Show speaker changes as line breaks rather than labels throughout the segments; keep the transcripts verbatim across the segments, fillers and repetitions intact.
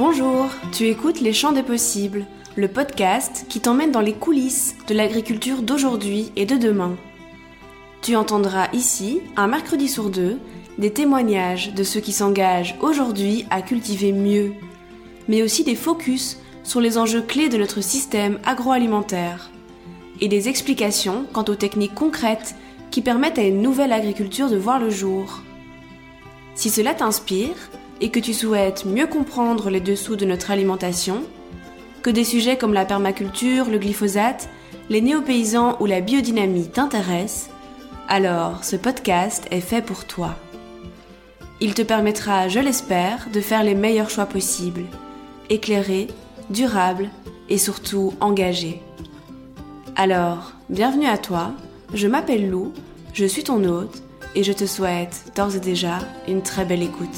Bonjour, tu écoutes Les Champs des Possibles, le podcast qui t'emmène dans les coulisses de l'agriculture d'aujourd'hui et de demain. Tu entendras ici, un mercredi sur deux, des témoignages de ceux qui s'engagent aujourd'hui à cultiver mieux, mais aussi des focus sur les enjeux clés de notre système agroalimentaire et des explications quant aux techniques concrètes qui permettent à une nouvelle agriculture de voir le jour. Si cela t'inspire et que tu souhaites mieux comprendre les dessous de notre alimentation, que des sujets comme la permaculture, le glyphosate, les néo-paysans ou la biodynamie t'intéressent, alors ce podcast est fait pour toi. Il te permettra, je l'espère, de faire les meilleurs choix possibles, éclairés, durables et surtout engagés. Alors, bienvenue à toi, je m'appelle Lou, je suis ton hôte et je te souhaite d'ores et déjà une très belle écoute.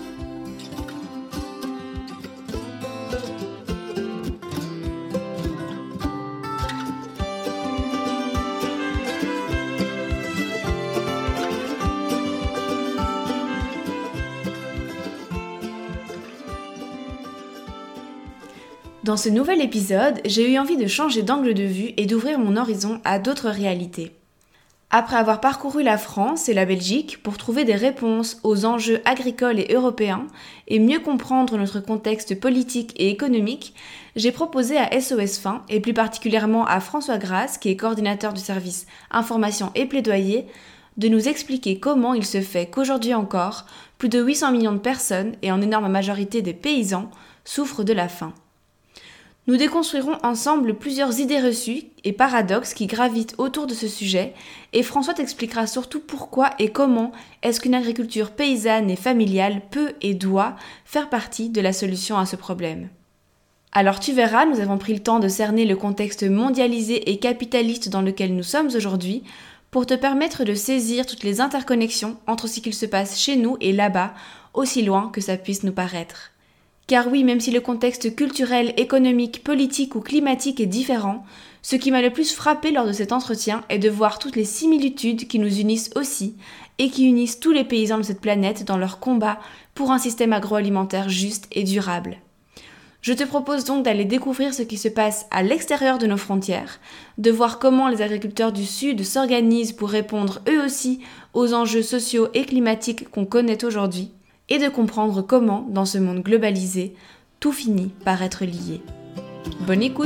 Dans ce nouvel épisode, j'ai eu envie de changer d'angle de vue et d'ouvrir mon horizon à d'autres réalités. Après avoir parcouru la France et la Belgique pour trouver des réponses aux enjeux agricoles et européens et mieux comprendre notre contexte politique et économique, j'ai proposé à S O S Faim, et plus particulièrement à François Grasse, qui est coordinateur du service Information et Plaidoyer, de nous expliquer comment il se fait qu'aujourd'hui encore, plus de huit cents millions de personnes, et en énorme majorité des paysans, souffrent de la faim. Nous déconstruirons ensemble plusieurs idées reçues et paradoxes qui gravitent autour de ce sujet, et François t'expliquera surtout pourquoi et comment est-ce qu'une agriculture paysanne et familiale peut et doit faire partie de la solution à ce problème. Alors tu verras, nous avons pris le temps de cerner le contexte mondialisé et capitaliste dans lequel nous sommes aujourd'hui pour te permettre de saisir toutes les interconnexions entre ce qu'il se passe chez nous et là-bas, aussi loin que ça puisse nous paraître. Car oui, même si le contexte culturel, économique, politique ou climatique est différent, ce qui m'a le plus frappé lors de cet entretien est de voir toutes les similitudes qui nous unissent aussi et qui unissent tous les paysans de cette planète dans leur combat pour un système agroalimentaire juste et durable. Je te propose donc d'aller découvrir ce qui se passe à l'extérieur de nos frontières, de voir comment les agriculteurs du Sud s'organisent pour répondre eux aussi aux enjeux sociaux et climatiques qu'on connaît aujourd'hui, et de comprendre comment, dans ce monde globalisé, tout finit par être lié. Bonne écoute!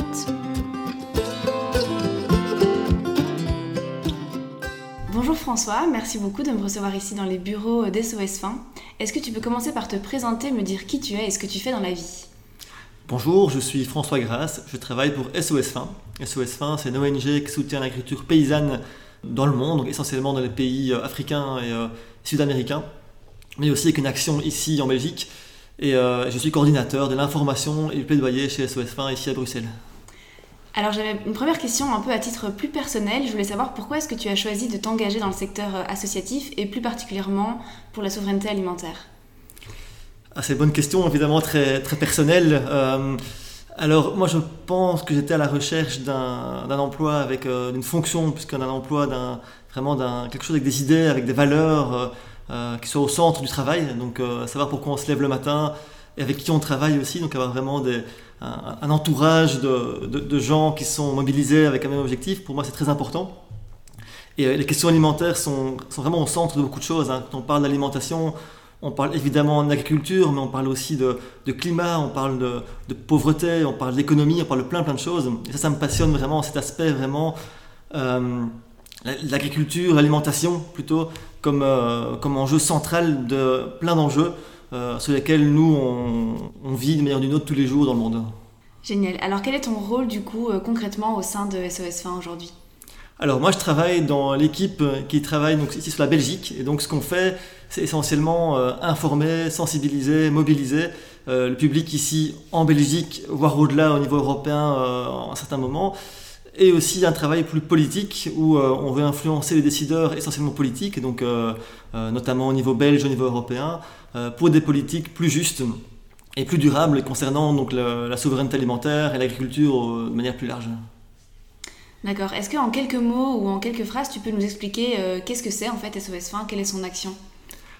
Bonjour François, merci beaucoup de me recevoir ici dans les bureaux d'S O S Faim. Est-ce que tu peux commencer par te présenter, me dire qui tu es et ce que tu fais dans la vie?
Bonjour, je suis François Grasse, je travaille pour S O S Faim. S O S Faim, c'est une O N G qui soutient l'agriculture paysanne dans le monde, donc essentiellement dans les pays africains et euh, sud-américains, mais aussi avec une action ici en Belgique. Et euh, je suis coordinateur de l'information et du plaidoyer chez S O S Faim ici à Bruxelles.
Alors j'avais une première question un peu à titre plus personnel. Je voulais savoir pourquoi est-ce que tu as choisi de t'engager dans le secteur associatif et plus particulièrement pour la souveraineté alimentaire?
Ah, c'est une bonne question, évidemment très, très personnelle. Euh, alors moi je pense que j'étais à la recherche d'un, d'un emploi avec euh, une fonction, puisqu'on a un emploi d'un, vraiment d'un, quelque chose avec des idées, avec des valeurs, euh, Euh, qui soit au centre du travail, donc euh, savoir pourquoi on se lève le matin et avec qui on travaille aussi, donc avoir vraiment des, un, un entourage de, de, de gens qui sont mobilisés avec un même objectif, pour moi c'est très important. Et euh, les questions alimentaires sont, sont vraiment au centre de beaucoup de choses, hein. Quand on parle d'alimentation, on parle évidemment d'agriculture, mais on parle aussi de, de climat, on parle de, de pauvreté, on parle d'économie, on parle de plein plein de choses. Et ça, ça me passionne vraiment, cet aspect vraiment... Euh, l'agriculture, l'alimentation plutôt, comme, euh, comme enjeu central de plein d'enjeux euh, sur lesquels nous on, on vit d'une manière ou d'une autre tous les jours dans le monde.
Génial. Alors quel est ton rôle du coup euh, concrètement au sein de S O S Faim aujourd'hui?
Alors moi je travaille dans l'équipe qui travaille donc, ici sur la Belgique, et donc ce qu'on fait c'est essentiellement euh, informer, sensibiliser, mobiliser euh, le public ici en Belgique, voire au-delà au niveau européen euh, à un certain moment. Et aussi un travail plus politique où euh, on veut influencer les décideurs essentiellement politiques, donc euh, euh, notamment au niveau belge, au niveau européen, euh, pour des politiques plus justes et plus durables concernant donc, le, la souveraineté alimentaire et l'agriculture euh, de manière plus large.
D'accord. Est-ce qu'en quelques mots ou en quelques phrases, tu peux nous expliquer euh, qu'est-ce que c'est en fait S O S Faim, quelle est son action?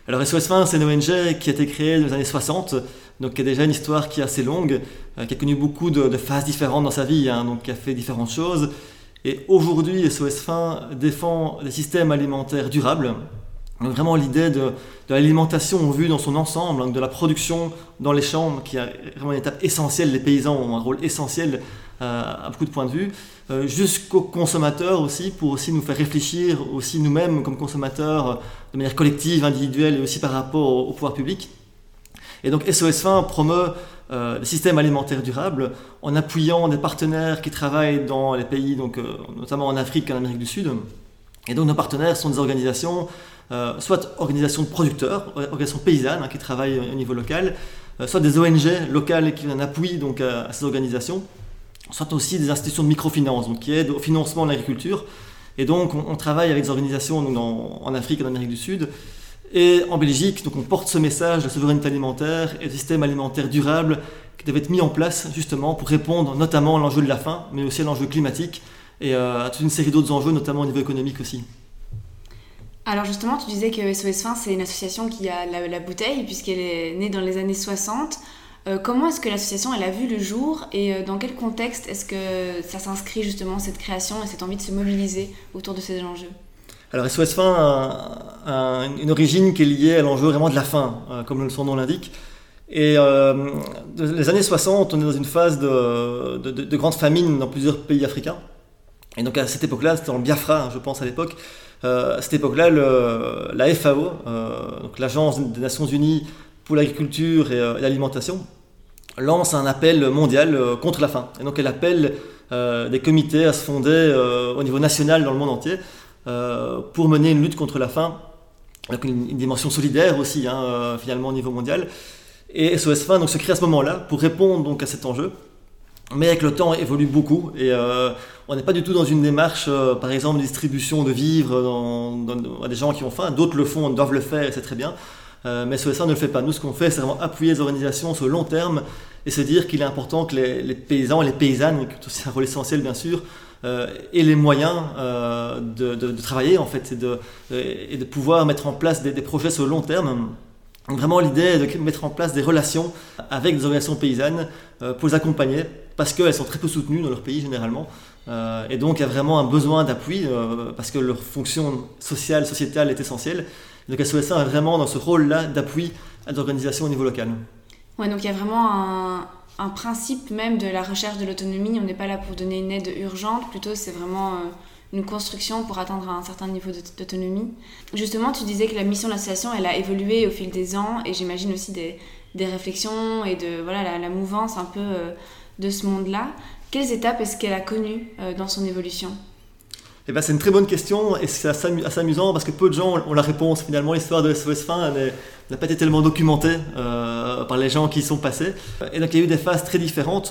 Alors S O S Faim, c'est une O N G qui a été créée dans les années soixante, donc qui a déjà une histoire qui est assez longue, euh, qui a connu beaucoup de, de phases différentes dans sa vie, hein, donc qui a fait différentes choses. Et aujourd'hui, S O S Faim défend des systèmes alimentaires durables. Donc vraiment l'idée de, de l'alimentation vue dans son ensemble, hein, de la production dans les champs, qui est vraiment une étape essentielle. Les paysans ont un rôle essentiel euh, à beaucoup de points de vue, euh, jusqu'aux consommateurs aussi, pour aussi nous faire réfléchir aussi nous-mêmes comme consommateurs de manière collective, individuelle et aussi par rapport au, au pouvoir public. Et donc S O S Faim promeut euh, des systèmes alimentaires durables en appuyant des partenaires qui travaillent dans les pays, donc, euh, notamment en Afrique et en Amérique du Sud. Et donc nos partenaires sont des organisations, euh, soit organisations de producteurs, organisations paysannes hein, qui travaillent au niveau local, euh, soit des O N G locales qui en appuient donc, à, à ces organisations, soit aussi des institutions de microfinance donc, qui aident au financement de l'agriculture. Et donc on, on travaille avec des organisations donc, dans, en Afrique et en Amérique du Sud. Et en Belgique, donc on porte ce message de souveraineté alimentaire et de système alimentaire durable qui devait être mis en place justement pour répondre notamment à l'enjeu de la faim, mais aussi à l'enjeu climatique et euh, à toute une série d'autres enjeux, notamment au niveau économique aussi.
Alors justement, tu disais que S O S Faim, c'est une association qui a la, la bouteille, puisqu'elle est née dans les années soixante. Euh, comment est-ce que l'association elle a vu le jour et euh, dans quel contexte est-ce que ça s'inscrit justement, cette création et cette envie de se mobiliser autour de ces enjeux ?
Alors S O S Faim a, a une origine qui est liée à l'enjeu vraiment de la faim, euh, comme son nom l'indique. Et euh, les années soixante, on est dans une phase de, de, de, de grande famine dans plusieurs pays africains. Et donc à cette époque-là, c'était en Biafra, hein, je pense à l'époque, euh, à cette époque-là, le, la F A O, euh, donc l'Agence des Nations Unies pour l'agriculture et, euh, et l'alimentation, lance un appel mondial euh, contre la faim. Et donc elle appelle euh, des comités à se fonder euh, au niveau national dans le monde entier euh, pour mener une lutte contre la faim, avec une, une dimension solidaire aussi, hein, euh, finalement au niveau mondial. Et S O S Faim donc, se crée à ce moment-là pour répondre donc, à cet enjeu. Mais avec le temps, évolue beaucoup et euh, on n'est pas du tout dans une démarche, euh, par exemple, de distribution de vivres dans, dans, à des gens qui ont faim. D'autres le font, doivent le faire et c'est très bien. Euh, mais S O S Faim ne le fait pas. Nous, ce qu'on fait, c'est vraiment appuyer les organisations sur le long terme et se dire qu'il est important que les, les paysans et les paysannes, qui ont aussi un rôle essentiel bien sûr, euh, aient les moyens euh, de, de, de travailler en fait et de, et de pouvoir mettre en place des, des projets sur le long terme. Vraiment, l'idée est de mettre en place des relations avec des organisations paysannes euh, pour les accompagner parce qu'elles sont très peu soutenues dans leur pays généralement. Euh, et donc, il y a vraiment un besoin d'appui euh, parce que leur fonction sociale, sociétale est essentielle. Donc, S O S Faim est vraiment dans ce rôle-là d'appui à des organisations au niveau local.
Ouais, donc il y a vraiment un, un principe même de la recherche de l'autonomie. On n'est pas là pour donner une aide urgente, plutôt c'est vraiment... Euh... une construction pour atteindre un certain niveau d'autonomie. Justement, tu disais que la mission de l'association, elle a évolué au fil des ans et j'imagine aussi des, des réflexions et de voilà, la, la mouvance un peu euh, de ce monde-là. Quelles étapes est-ce qu'elle a connues euh, dans son évolution ?
Eh ben, c'est une très bonne question et c'est assez, assez amusant parce que peu de gens ont la réponse. Finalement, l'histoire de S O S Faim n'a pas été tellement documentée euh, par les gens qui y sont passés. Et donc, il y a eu des phases très différentes.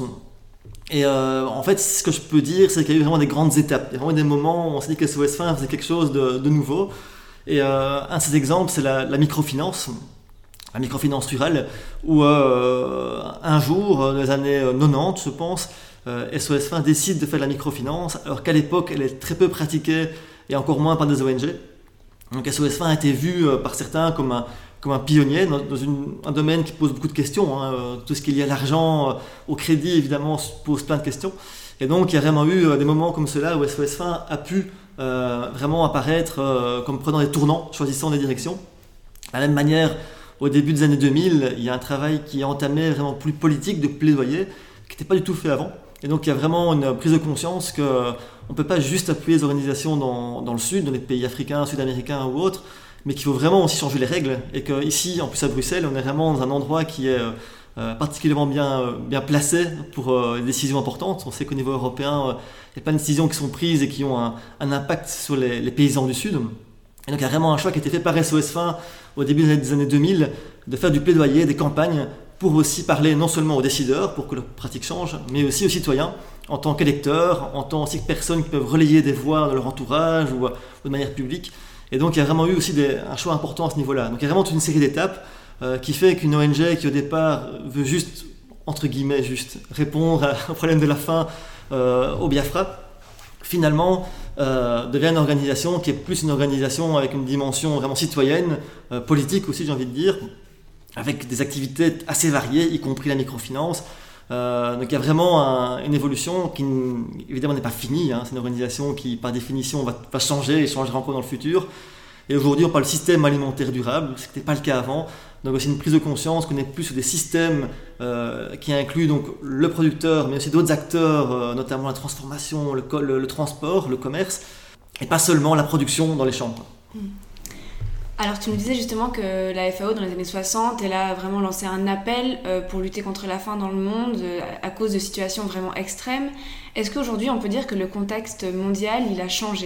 Et euh, en fait, ce que je peux dire, c'est qu'il y a eu vraiment des grandes étapes. Il y a vraiment des moments où on s'est dit que S O S Faim faisait quelque chose de, de nouveau. Et euh, un de ces exemples, c'est la, la microfinance, la microfinance rurale, où euh, un jour, dans les années quatre-vingt-dix, je pense, euh, S O S Faim décide de faire de la microfinance, alors qu'à l'époque, elle est très peu pratiquée, et encore moins par des O N G. Donc S O S Faim a été vu euh, par certains comme un comme un pionnier dans, dans une, un domaine qui pose beaucoup de questions. Hein. Tout ce qui est lié à l'argent, euh, au crédit, évidemment, pose plein de questions. Et donc, il y a vraiment eu euh, des moments comme ceux-là où S O S Faim a pu euh, vraiment apparaître euh, comme prenant des tournants, choisissant des directions. De la même manière, au début des années deux mille, il y a un travail qui est entamé vraiment plus politique, de plaidoyer, qui n'était pas du tout fait avant. Et donc, il y a vraiment une prise de conscience qu'on ne peut pas juste appuyer les organisations dans, dans le sud, dans les pays africains, sud-américains ou autres, mais qu'il faut vraiment aussi changer les règles et qu'ici, en plus à Bruxelles, on est vraiment dans un endroit qui est euh, particulièrement bien, euh, bien placé pour euh, les décisions importantes. On sait qu'au niveau européen, il euh, n'y a pas de décisions qui sont prises et qui ont un, un impact sur les, les paysans du Sud. Et donc il y a vraiment un choix qui a été fait par S O S Faim au début des années deux mille de faire du plaidoyer, des campagnes pour aussi parler non seulement aux décideurs pour que leurs pratiques changent, mais aussi aux citoyens en tant qu'électeurs, en tant aussi que personnes qui peuvent relayer des voix dans leur entourage ou, ou de manière publique. Et donc il y a vraiment eu aussi des, un choix important à ce niveau-là. Donc il y a vraiment toute une série d'étapes euh, qui fait qu'une O N G qui au départ veut juste, entre guillemets, juste répondre au problème de la faim euh, au Biafra, finalement euh, devient une organisation qui est plus une organisation avec une dimension vraiment citoyenne, euh, politique aussi j'ai envie de dire, avec des activités assez variées, y compris la microfinance. Euh, donc il y a vraiment un, une évolution qui évidemment n'est pas finie, hein. C'est une organisation qui par définition va, va changer et changera encore dans le futur. Et aujourd'hui on parle de système alimentaire durable, ce qui n'était pas le cas avant. Donc aussi une prise de conscience qu'on n'est plus sur des systèmes euh, qui incluent donc le producteur, mais aussi d'autres acteurs, euh, notamment la transformation, le, le, le transport, le commerce, et pas seulement la production dans les champs.
Mmh. Alors tu nous disais justement que la F A O dans les années soixante, elle a vraiment lancé un appel euh, pour lutter contre la faim dans le monde euh, à cause de situations vraiment extrêmes. Est-ce qu'aujourd'hui on peut dire que le contexte mondial il a changé ?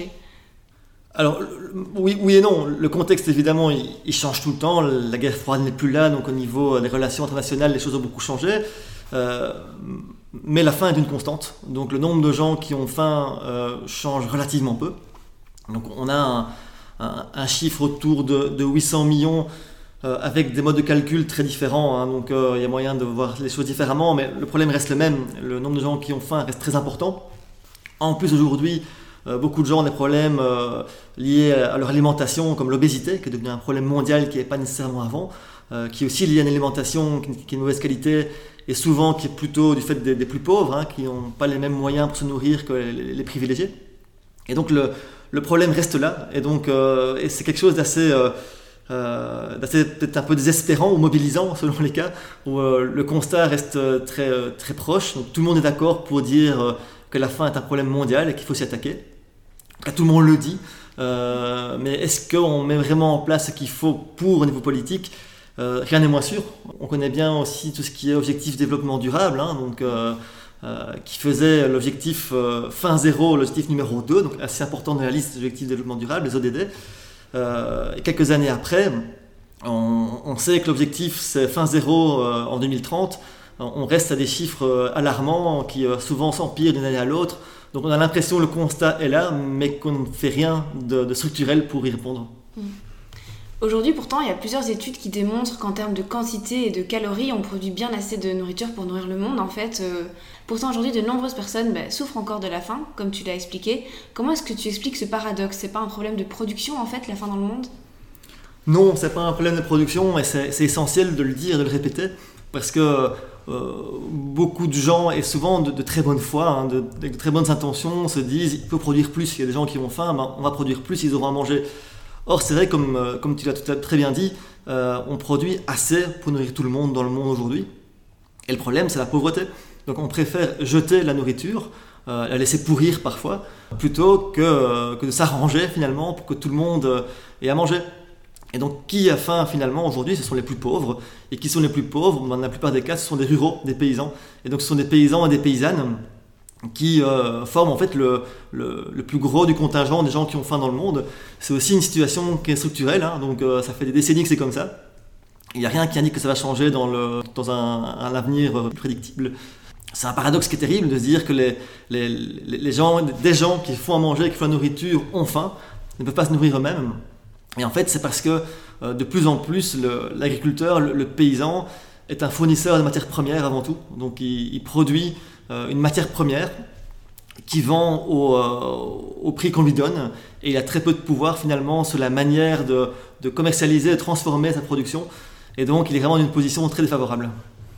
Alors oui, oui et non, le contexte évidemment il, il change tout le temps, la guerre froide n'est plus là, donc au niveau des relations internationales les choses ont beaucoup changé, euh, mais la faim est une constante, donc le nombre de gens qui ont faim euh, change relativement peu. Donc on a un Un, un chiffre autour de, de huit cents millions euh, avec des modes de calcul très différents, hein, donc il euh, y a moyen de voir les choses différemment, mais le problème reste le même, le nombre de gens qui ont faim reste très important. En plus aujourd'hui, euh, beaucoup de gens ont des problèmes euh, liés à leur alimentation, comme l'obésité, qui est devenu un problème mondial qui n'est pas nécessairement avant, euh, qui est aussi lié à une alimentation qui, qui est de mauvaise qualité, et souvent qui est plutôt du fait des, des plus pauvres, hein, qui n'ont pas les mêmes moyens pour se nourrir que les, les privilégiés. Et donc le Le problème reste là, et donc euh, et c'est quelque chose d'assez, euh, euh, d'assez peut-être un peu désespérant ou mobilisant selon les cas, où euh, le constat reste très, très proche. Donc tout le monde est d'accord pour dire euh, que la faim est un problème mondial et qu'il faut s'y attaquer. Tout le monde le dit, euh, mais est-ce qu'on met vraiment en place ce qu'il faut pour au niveau politique ? euh, Rien n'est moins sûr. On connaît bien aussi tout ce qui est objectif développement durable, hein, donc... Euh, Euh, qui faisait l'objectif euh, fin zéro, l'objectif numéro deux, donc assez important dans la liste des objectifs de développement durable, les O D D. Euh, et quelques années après, on, on sait que l'objectif c'est fin zéro euh, en deux mille trente. On reste à des chiffres euh, alarmants qui euh, souvent s'empirent d'une année à l'autre. Donc on a l'impression que le constat est là, mais qu'on ne fait rien de, de structurel pour y répondre.
Mmh. Aujourd'hui, pourtant, il y a plusieurs études qui démontrent qu'en termes de quantité et de calories, on produit bien assez de nourriture pour nourrir le monde, en fait. Euh, pourtant, aujourd'hui, de nombreuses personnes bah, souffrent encore de la faim, comme tu l'as expliqué. Comment est-ce que tu expliques ce paradoxe ? C'est pas un problème de production, en fait, la faim dans le monde ?
Non, c'est pas un problème de production, et c'est, c'est essentiel de le dire et de le répéter, parce que euh, beaucoup de gens, et souvent de, de très bonne foi, hein, de, de très bonnes intentions, se disent il faut produire plus. Il y a des gens qui ont faim, ben, on va produire plus, ils auront à manger. Or, c'est vrai, comme, comme tu l'as tout à très bien dit, euh, on produit assez pour nourrir tout le monde dans le monde aujourd'hui. Et le problème, c'est la pauvreté. Donc, on préfère jeter la nourriture, euh, la laisser pourrir parfois, plutôt que, euh, que de s'arranger finalement pour que tout le monde euh, ait à manger. Et donc, qui a faim finalement aujourd'hui ? Ce sont les plus pauvres. Et qui sont les plus pauvres ? Dans la plupart des cas, ce sont des ruraux, des paysans. Et donc, ce sont des paysans et des paysannes qui euh, forment en fait le, le, le plus gros du contingent des gens qui ont faim dans le monde. C'est aussi une situation qui est structurelle, hein, donc euh, ça fait des décennies que c'est comme ça. Il n'y a rien qui indique que ça va changer dans, le, dans un, un avenir euh, prédictible. C'est un paradoxe qui est terrible de se dire que les, les, les gens, des gens qui font à manger, qui font la nourriture, ont faim, ne peuvent pas se nourrir eux-mêmes. Et en fait, c'est parce que euh, de plus en plus, le, l'agriculteur, le, le paysan, est un fournisseur de matières premières avant tout. Donc il, il produit une matière première qui vend au, euh, au prix qu'on lui donne, et il a très peu de pouvoir finalement sur la manière de, de commercialiser, de transformer sa production, et donc il est vraiment dans une position très défavorable.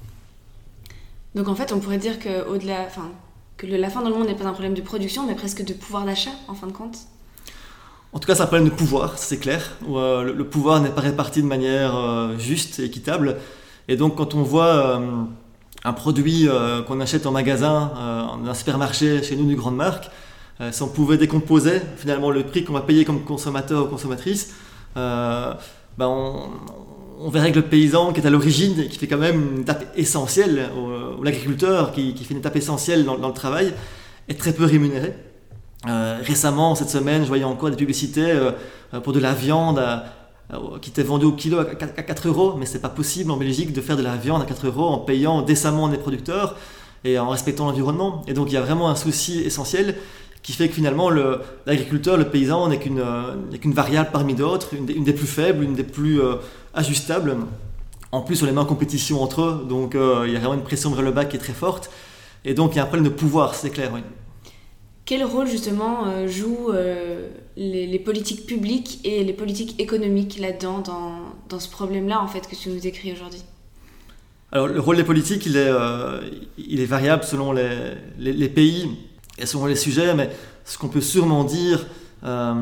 Donc en fait on pourrait dire que, au-delà, enfin, que la faim dans le monde n'est pas un problème de production mais presque de pouvoir d'achat en fin de compte.
En tout cas c'est un problème de pouvoir, c'est clair, où euh, le, le pouvoir n'est pas réparti de manière euh, juste et équitable, et donc quand on voit euh, un produit euh, qu'on achète en magasin, euh, dans un supermarché chez nous, d'une grande marque, euh, si on pouvait décomposer finalement le prix qu'on va payer comme consommateur ou consommatrice, euh, ben on, on verrait que le paysan qui est à l'origine et qui fait quand même une étape essentielle, ou, ou l'agriculteur qui, qui fait une étape essentielle dans, dans le travail, est très peu rémunéré. Euh, récemment, cette semaine, je voyais encore des publicités euh, pour de la viande à, qui était vendu au kilo à quatre euros, mais c'est pas possible en Belgique de faire de la viande à quatre euros en payant décemment les producteurs et en respectant l'environnement. Et donc il y a vraiment un souci essentiel qui fait que finalement le, l'agriculteur, le paysan n'est qu'une, euh, n'est qu'une variable parmi d'autres, une des, une des plus faibles, une des plus euh, ajustables. En plus on les met en compétition entre eux, donc euh, il y a vraiment une pression vers le bas qui est très forte. Et donc il y a un problème de pouvoir, c'est clair, oui.
Quel rôle justement euh, jouent euh, les, les politiques publiques et les politiques économiques là-dedans, dans, dans ce problème-là en fait que tu nous décris aujourd'hui?
Alors le rôle des politiques, il est, euh, il est variable selon les, les, les pays et selon les sujets, mais ce qu'on peut sûrement dire, euh,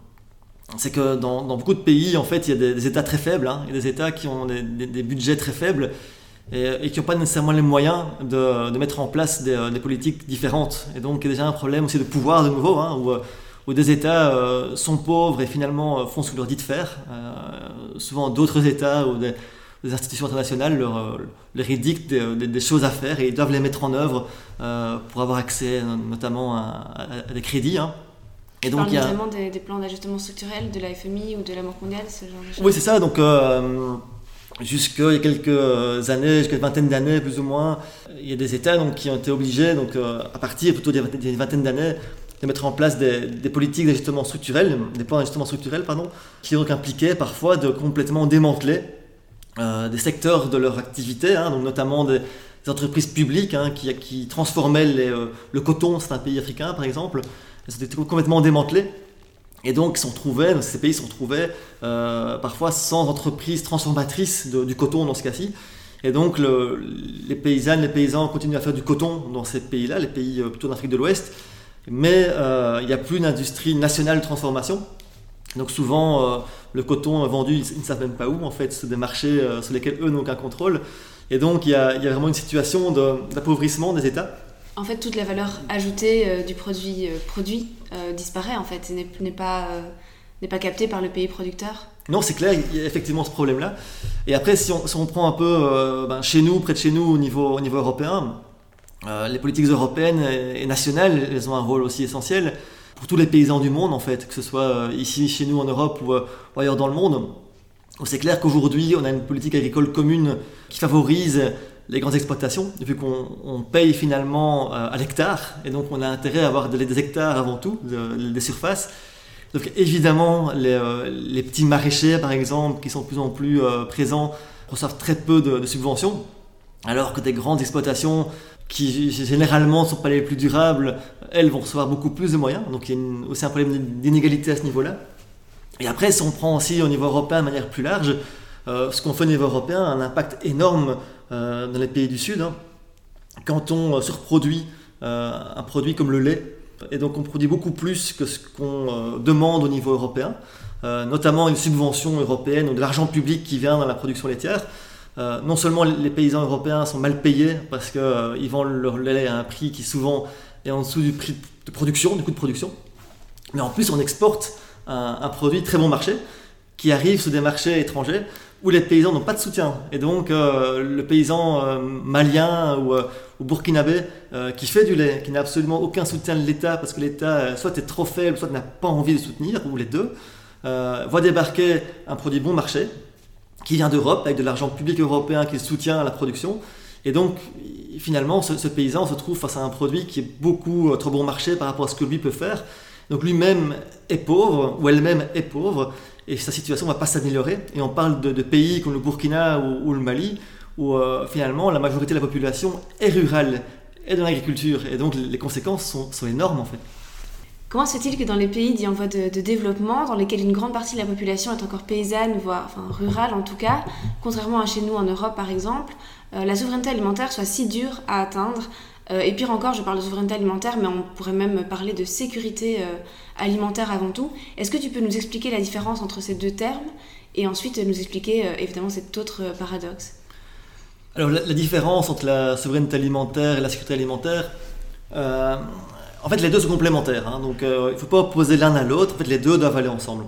c'est que dans, dans beaucoup de pays, en fait, il y a des, des États très faibles, hein, il y a des États qui ont des, des, des budgets très faibles et, et qui n'ont pas nécessairement les moyens de, de mettre en place des, des politiques différentes. Et donc il y a déjà un problème aussi de pouvoir de nouveau, hein, où, où des États euh, sont pauvres et finalement font ce qu'on leur dit de faire. Euh, souvent d'autres États ou des les institutions internationales leur, leur édictent des, des, des choses à faire et ils doivent les mettre en œuvre euh, pour avoir accès notamment à, à, à des crédits. Hein.
Et donc, il y a notamment des, des plans d'ajustement structurel de la F M I ou de la Banque mondiale, ce genre de choses.
Oui, c'est ça. Donc, euh, jusqu'il y a quelques années, jusqu'à une vingtaine d'années plus ou moins, il y a des États donc, qui ont été obligés, donc, euh, à partir plutôt d'une vingtaine d'années, de mettre en place des, des politiques d'ajustement structurel, des plans d'ajustement structurel, pardon, qui donc impliquaient parfois de complètement démanteler Euh, des secteurs de leur activité, hein, donc notamment des, des entreprises publiques hein, qui, qui transformaient les, euh, le coton, c'est un pays africain par exemple, elles étaient complètement démantelées et donc sont trouvés, ces pays se retrouvaient euh, parfois sans entreprise transformatrice de, du coton dans ce cas-ci, et donc le, les paysannes, les paysans continuent à faire du coton dans ces pays-là, les pays euh, plutôt d'Afrique de l'Ouest, mais euh, il n'y a plus une industrie nationale de transformation. Donc souvent, euh, le coton vendu, ils ne savent même pas où, en fait, c'est des marchés euh, sur lesquels eux n'ont aucun contrôle. Et donc, il y a, il y a vraiment une situation de, d'appauvrissement des États.
En fait, toute la valeur ajoutée euh, du produit, euh, produit euh, disparaît, en fait, et n'est, n'est, pas, euh, n'est pas captée par le pays producteur.
Non, c'est clair, il y a effectivement ce problème-là. Et après, si on, si on prend un peu euh, ben, chez nous, près de chez nous, au niveau, au niveau européen, euh, les politiques européennes et, et nationales, elles ont un rôle aussi essentiel pour tous les paysans du monde en fait, que ce soit ici chez nous en Europe ou, euh, ou ailleurs dans le monde. C'est clair qu'aujourd'hui on a une politique agricole commune qui favorise les grandes exploitations, vu qu'on on paye finalement euh, à l'hectare, et donc on a intérêt à avoir des, des hectares avant tout, de, des surfaces. Donc évidemment les, euh, les petits maraîchers par exemple, qui sont de plus en plus euh, présents, reçoivent très peu de, de subventions, alors que des grandes exploitations qui généralement ne sont pas les plus durables, elles vont recevoir beaucoup plus de moyens. Donc il y a une, aussi un problème d'inégalité à ce niveau-là. Et après, si on prend aussi au niveau européen de manière plus large, euh, ce qu'on fait au niveau européen a un impact énorme euh, dans les pays du Sud. Hein. Quand on surproduit euh, un produit comme le lait, et donc on produit beaucoup plus que ce qu'on euh, demande au niveau européen, euh, notamment une subvention européenne ou de l'argent public qui vient dans la production laitière, Euh, non seulement les paysans européens sont mal payés parce qu'ils euh, vendent leur lait à un prix qui souvent est en dessous du prix de production, du coût de production, mais en plus on exporte un, un produit très bon marché qui arrive sur des marchés étrangers où les paysans n'ont pas de soutien. Et donc euh, le paysan euh, malien ou, euh, ou burkinabé euh, qui fait du lait, qui n'a absolument aucun soutien de l'État parce que l'État euh, soit est trop faible, soit n'a pas envie de soutenir, ou les deux, euh, voit débarquer un produit bon marché qui vient d'Europe, avec de l'argent public européen qui soutient la production. Et donc, finalement, ce, ce paysan se trouve face à un produit qui est beaucoup euh, trop bon marché par rapport à ce que lui peut faire. Donc lui-même est pauvre, ou elle-même est pauvre, et sa situation ne va pas s'améliorer. Et on parle de, de pays comme le Burkina ou, ou le Mali, où euh, finalement la majorité de la population est rurale, est dans l'agriculture. Et donc les conséquences sont, sont énormes en fait.
Comment se fait-il que dans les pays dits en voie de, de développement, dans lesquels une grande partie de la population est encore paysanne, voire enfin, rurale en tout cas, contrairement à chez nous en Europe par exemple, euh, la souveraineté alimentaire soit si dure à atteindre? euh, Et pire encore, je parle de souveraineté alimentaire, mais on pourrait même parler de sécurité euh, alimentaire avant tout. Est-ce que tu peux nous expliquer la différence entre ces deux termes et ensuite nous expliquer euh, évidemment cet autre euh, paradoxe?
Alors la, la différence entre la souveraineté alimentaire et la sécurité alimentaire, euh, en fait les deux sont complémentaires, hein, donc euh, il ne faut pas opposer l'un à l'autre, en fait les deux doivent aller ensemble.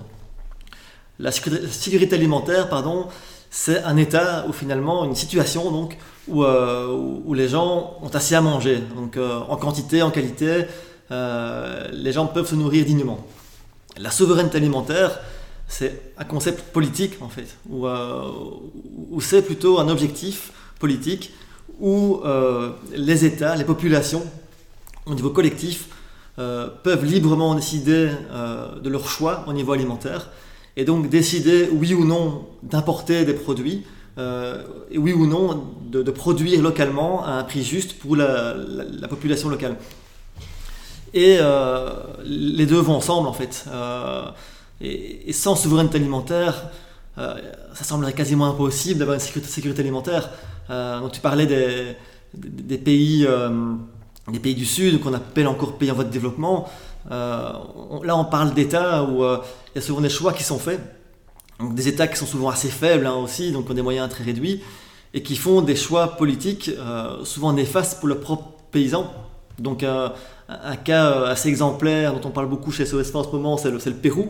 La sécurité, la sécurité alimentaire, pardon, c'est un état où finalement, une situation donc, où, euh, où, où les gens ont assez à manger, donc euh, en quantité, en qualité, euh, les gens peuvent se nourrir dignement. La souveraineté alimentaire, c'est un concept politique en fait, où, euh, où c'est plutôt un objectif politique où euh, les États, les populations, au niveau collectif, euh, peuvent librement décider euh, de leur choix au niveau alimentaire et donc décider oui ou non d'importer des produits euh, et oui ou non de, de produire localement à un prix juste pour la, la, la population locale. Et euh, les deux vont ensemble en fait. Euh, et, et sans souveraineté alimentaire, euh, ça semblerait quasiment impossible d'avoir une sécurité, sécurité alimentaire. Euh, donc tu parlais des, des, des pays, euh, des pays du Sud qu'on appelle encore pays en voie de développement. Euh, on, là on parle d'États où euh, il y a souvent des choix qui sont faits. Donc des États qui sont souvent assez faibles hein, aussi, donc ont des moyens très réduits, et qui font des choix politiques euh, souvent néfastes pour leurs propres paysans. Donc euh, un cas assez exemplaire dont on parle beaucoup chez S O S F A en ce moment, c'est le, c'est le Pérou,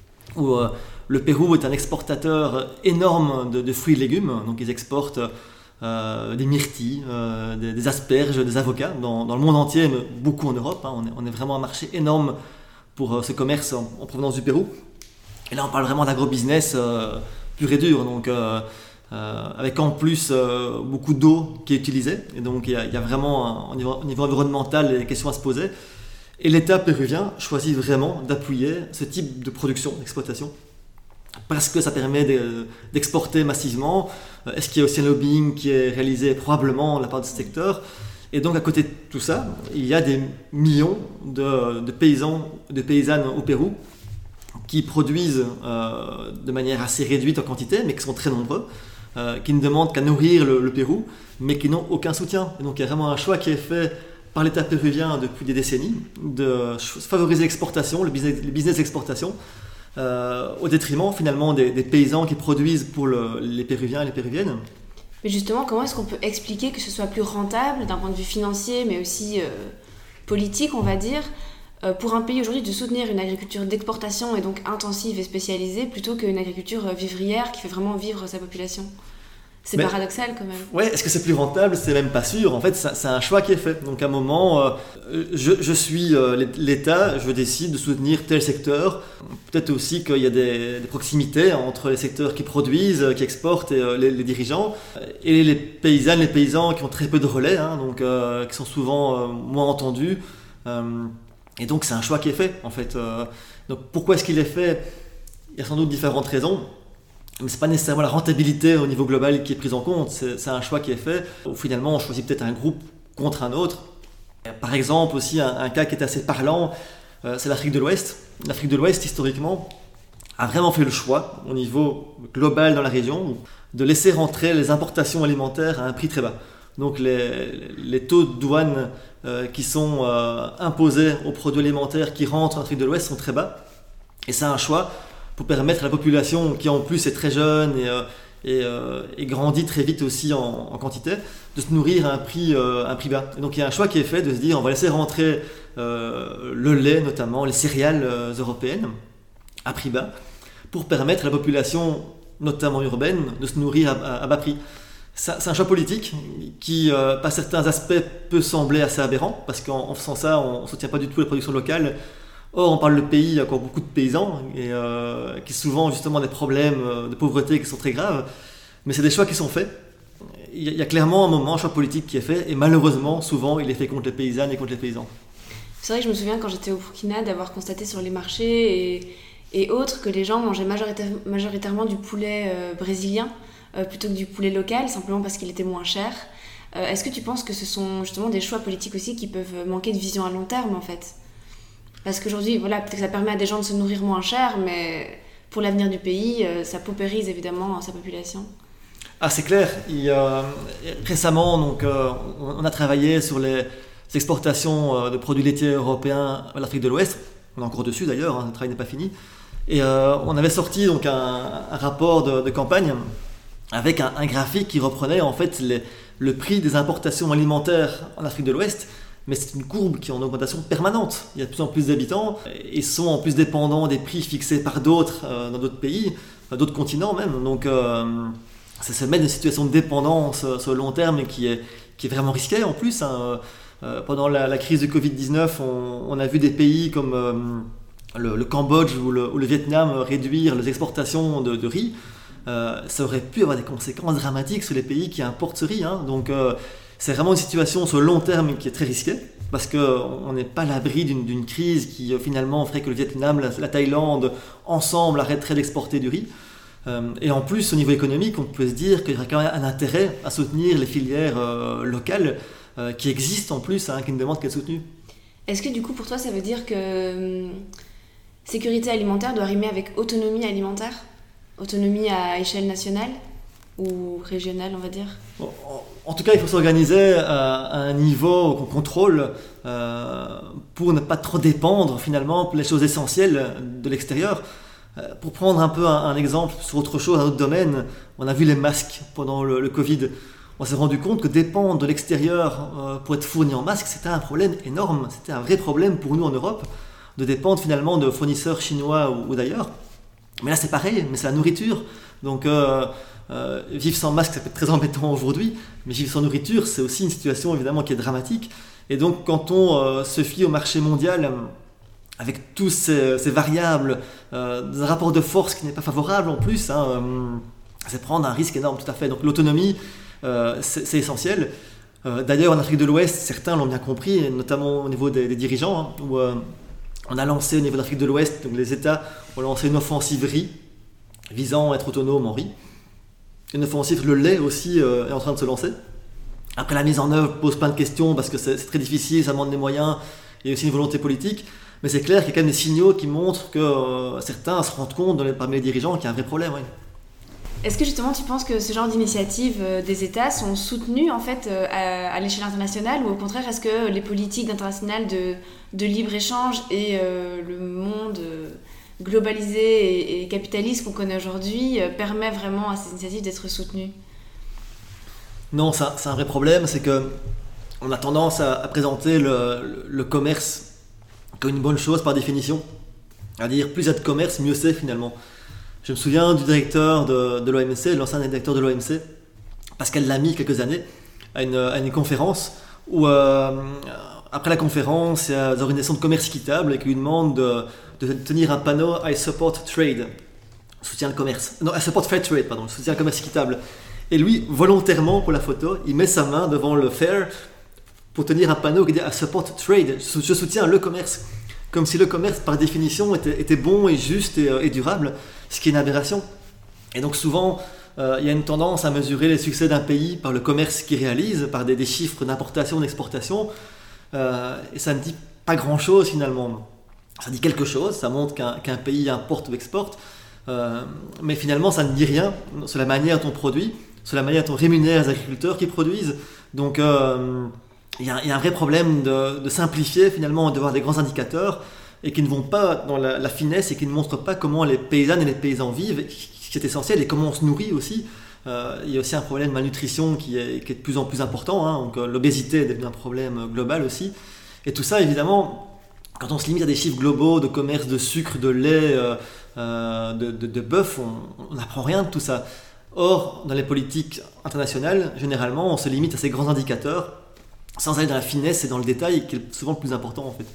où euh, le Pérou est un exportateur énorme de, de fruits et légumes. Donc ils exportent euh, des myrtilles, euh, des, des asperges, des avocats dans, dans le monde entier, mais beaucoup en Europe. Hein. On, est, on est vraiment un marché énorme pour euh, ce commerce en, en provenance du Pérou. Et là on parle vraiment d'agrobusiness euh, pur et dur. Donc, euh, Euh, avec en plus euh, beaucoup d'eau qui est utilisée, et donc il y, y a vraiment un, au, niveau, au niveau environnemental des questions à se poser, et l'État péruvien choisit vraiment d'appuyer ce type de production, d'exploitation, parce que ça permet de, d'exporter massivement. Est-ce qu'il y a aussi un lobbying qui est réalisé probablement de la part de ce secteur, et donc à côté de tout ça, il y a des millions de, de paysans, de paysannes au Pérou qui produisent euh, de manière assez réduite en quantité, mais qui sont très nombreux, Euh, qui ne demandent qu'à nourrir le, le Pérou, mais qui n'ont aucun soutien. Et donc il y a vraiment un choix qui est fait par l'État péruvien depuis des décennies de favoriser l'exportation, le business, le business d'exportation, euh, au détriment finalement des, des paysans qui produisent pour le, les Péruviens et les Péruviennes.
Mais justement, comment est-ce qu'on peut expliquer que ce soit plus rentable d'un point de vue financier, mais aussi euh, politique, on va dire, euh, pour un pays aujourd'hui de soutenir une agriculture d'exportation et donc intensive et spécialisée plutôt qu'une agriculture vivrière qui fait vraiment vivre sa population? C'est Mais, paradoxal quand même.
Ouais, est-ce que c'est plus rentable? C'est même pas sûr. En fait, c'est, c'est un choix qui est fait. Donc à un moment, euh, je, je suis euh, l'État, je décide de soutenir tel secteur. Peut-être aussi qu'il y a des, des proximités entre les secteurs qui produisent, qui exportent et euh, les, les dirigeants, et les paysannes, les paysans qui ont très peu de relais, hein, donc euh, qui sont souvent euh, moins entendus. Euh, et donc c'est un choix qui est fait en fait. Euh, donc pourquoi est-ce qu'il est fait? Il y a sans doute différentes raisons. Mais ce n'est pas nécessairement la rentabilité au niveau global qui est prise en compte, c'est, c'est un choix qui est fait. Où finalement, on choisit peut-être un groupe contre un autre. Par exemple, aussi, un, un cas qui est assez parlant, euh, c'est l'Afrique de l'Ouest. L'Afrique de l'Ouest, historiquement, a vraiment fait le choix, au niveau global dans la région, de laisser rentrer les importations alimentaires à un prix très bas. Donc les, les taux de douane euh, qui sont euh, imposés aux produits alimentaires qui rentrent en Afrique de l'Ouest sont très bas. Et c'est un choix pour permettre à la population, qui en plus est très jeune et, euh, et, euh, et grandit très vite aussi en, en quantité, de se nourrir à un prix, euh, un prix bas. Et donc il y a un choix qui est fait de se dire on va laisser rentrer euh, le lait notamment, les céréales euh, européennes à prix bas, pour permettre à la population, notamment urbaine, de se nourrir à, à, à bas prix. C'est, c'est un choix politique qui, euh, par certains aspects, peut sembler assez aberrant, parce qu'en en faisant ça, on ne soutient pas du tout la production locale. Or, on parle de pays, il y a encore beaucoup de paysans et, euh, qui souvent justement des problèmes de pauvreté qui sont très graves. Mais c'est des choix qui sont faits. Il y a clairement un moment, un choix politique qui est fait et malheureusement, souvent, il est fait contre les paysannes et contre les paysans.
C'est vrai que je me souviens quand j'étais au Burkina d'avoir constaté sur les marchés et, et autres que les gens mangeaient majoritaire, majoritairement du poulet euh, brésilien euh, plutôt que du poulet local, simplement parce qu'il était moins cher. Euh, est-ce que tu penses que ce sont justement des choix politiques aussi qui peuvent manquer de vision à long terme en fait ? Parce qu'aujourd'hui, voilà, peut-être que ça permet à des gens de se nourrir moins cher, mais pour l'avenir du pays, ça paupérise évidemment sa population.
Ah, c'est clair. Il y a, récemment, donc, euh, on a travaillé sur les exportations de produits laitiers européens à l'Afrique de l'Ouest. On est encore dessus d'ailleurs, hein, le travail n'est pas fini. Et euh, on avait sorti donc, un, un rapport de, de campagne avec un, un graphique qui reprenait en fait les, le prix des importations alimentaires en Afrique de l'Ouest. Mais c'est une courbe qui est en augmentation permanente. Il y a de plus en plus d'habitants et sont en plus dépendants des prix fixés par d'autres euh, dans d'autres pays, euh, d'autres continents même. Donc euh, ça se met dans une situation de dépendance euh, sur le long terme qui est, qui est vraiment risquée en plus. Hein. Euh, pendant la, la crise de covid dix-neuf, on, on a vu des pays comme euh, le, le Cambodge ou le, ou le Vietnam réduire les exportations de, de riz. Euh, ça aurait pu avoir des conséquences dramatiques sur les pays qui importent ce riz. Hein. Donc euh, c'est vraiment une situation sur le long terme qui est très risquée parce qu'on n'est pas à l'abri d'une, d'une crise qui finalement ferait que le Vietnam, la, la Thaïlande, ensemble arrêteraient d'exporter du riz. Euh, et en plus, au niveau économique, on peut se dire qu'il y aurait quand même un intérêt à soutenir les filières euh, locales euh, qui existent en plus, hein, qui ne demandent qu'à être soutenues.
Est-ce que du coup pour toi ça veut dire que hum, sécurité alimentaire doit rimer avec autonomie alimentaire? Autonomie à échelle nationale ou régionale, on va dire?
Bon, en, en tout cas, il faut s'organiser à, à un niveau qu'on contrôle euh, pour ne pas trop dépendre finalement des choses essentielles de l'extérieur. Euh, pour prendre un peu un, un exemple sur autre chose, un autre domaine, on a vu les masques pendant le, le Covid. On s'est rendu compte que dépendre de l'extérieur euh, pour être fourni en masques, c'était un problème énorme. C'était un vrai problème pour nous en Europe, de dépendre finalement de fournisseurs chinois ou, ou d'ailleurs. Mais là c'est pareil, mais c'est la nourriture. Donc euh, euh, vivre sans masque, ça peut être très embêtant aujourd'hui, mais vivre sans nourriture, c'est aussi une situation évidemment qui est dramatique. Et donc quand on euh, se fie au marché mondial, euh, avec tous ces, ces variables, euh, un rapport de force qui n'est pas favorable en plus, hein, euh, c'est prendre un risque énorme tout à fait. Donc l'autonomie, euh, c'est, c'est essentiel. Euh, d'ailleurs en Afrique de l'Ouest, certains l'ont bien compris, notamment au niveau des, des dirigeants, hein, où euh, on a lancé au niveau d'Afrique de l'Ouest, donc les États ont lancé une offensive riz, visant à être autonome en riz. Une offensive, le lait aussi euh, est en train de se lancer. Après, la mise en œuvre pose plein de questions parce que c'est, c'est très difficile, ça demande des moyens et aussi une volonté politique. Mais c'est clair qu'il y a quand même des signaux qui montrent que euh, certains se rendent compte dans les, parmi les dirigeants qu'il y a un vrai problème. Oui.
Est-ce que justement tu penses que ce genre d'initiatives euh, des États sont soutenues en fait euh, à, à l'échelle internationale, ou au contraire est-ce que les politiques internationales de, de libre-échange et euh, le monde euh, globalisé et, et capitaliste qu'on connaît aujourd'hui euh, permet vraiment à ces initiatives d'être soutenues?
Non, c'est un, c'est un vrai problème, c'est qu'on a tendance à, à présenter le, le, le commerce comme une bonne chose par définition. À dire plus il y a de commerce, mieux c'est finalement. Je me souviens du directeur de, de l'O M C, de l'ancien directeur de l'O M C, Pascal Lamy, il y a quelques années, à une, à une conférence où, euh, après la conférence, il y a des organisations de commerce équitable et qui lui demandent de, de tenir un panneau I support trade, soutien le commerce. Non, I support fair trade, pardon, soutien le commerce équitable. Et lui, volontairement pour la photo, il met sa main devant le fair pour tenir un panneau qui dit I support trade, je soutiens le commerce. Comme si le commerce, par définition, était, était bon et juste et, et durable, ce qui est une aberration. Et donc souvent, euh, il y a une tendance à mesurer les succès d'un pays par le commerce qu'il réalise, par des, des chiffres d'importation, d'exportation, euh, et ça ne dit pas grand-chose finalement. Ça dit quelque chose, ça montre qu'un, qu'un pays importe ou exporte, euh, mais finalement ça ne dit rien sur la manière dont on produit, sur la manière dont on rémunère les agriculteurs qui produisent. Donc euh, il y, y a un vrai problème de, de simplifier finalement, de voir des grands indicateurs et qui ne vont pas dans la, la finesse et qui ne montrent pas comment les paysannes et les paysans vivent, qui est essentiel, et comment on se nourrit aussi. Euh, il y a aussi un problème de malnutrition qui est, qui est de plus en plus important, hein, donc euh, l'obésité est devenu un problème global aussi. Et tout ça, évidemment, quand on se limite à des chiffres globaux de commerce, de sucre, de lait, euh, euh, de, de, de bœuf, on n'apprend rien de tout ça. Or, dans les politiques internationales, généralement, on se limite à ces grands indicateurs, sans aller dans la finesse et dans le détail, qui est souvent le plus important en fait.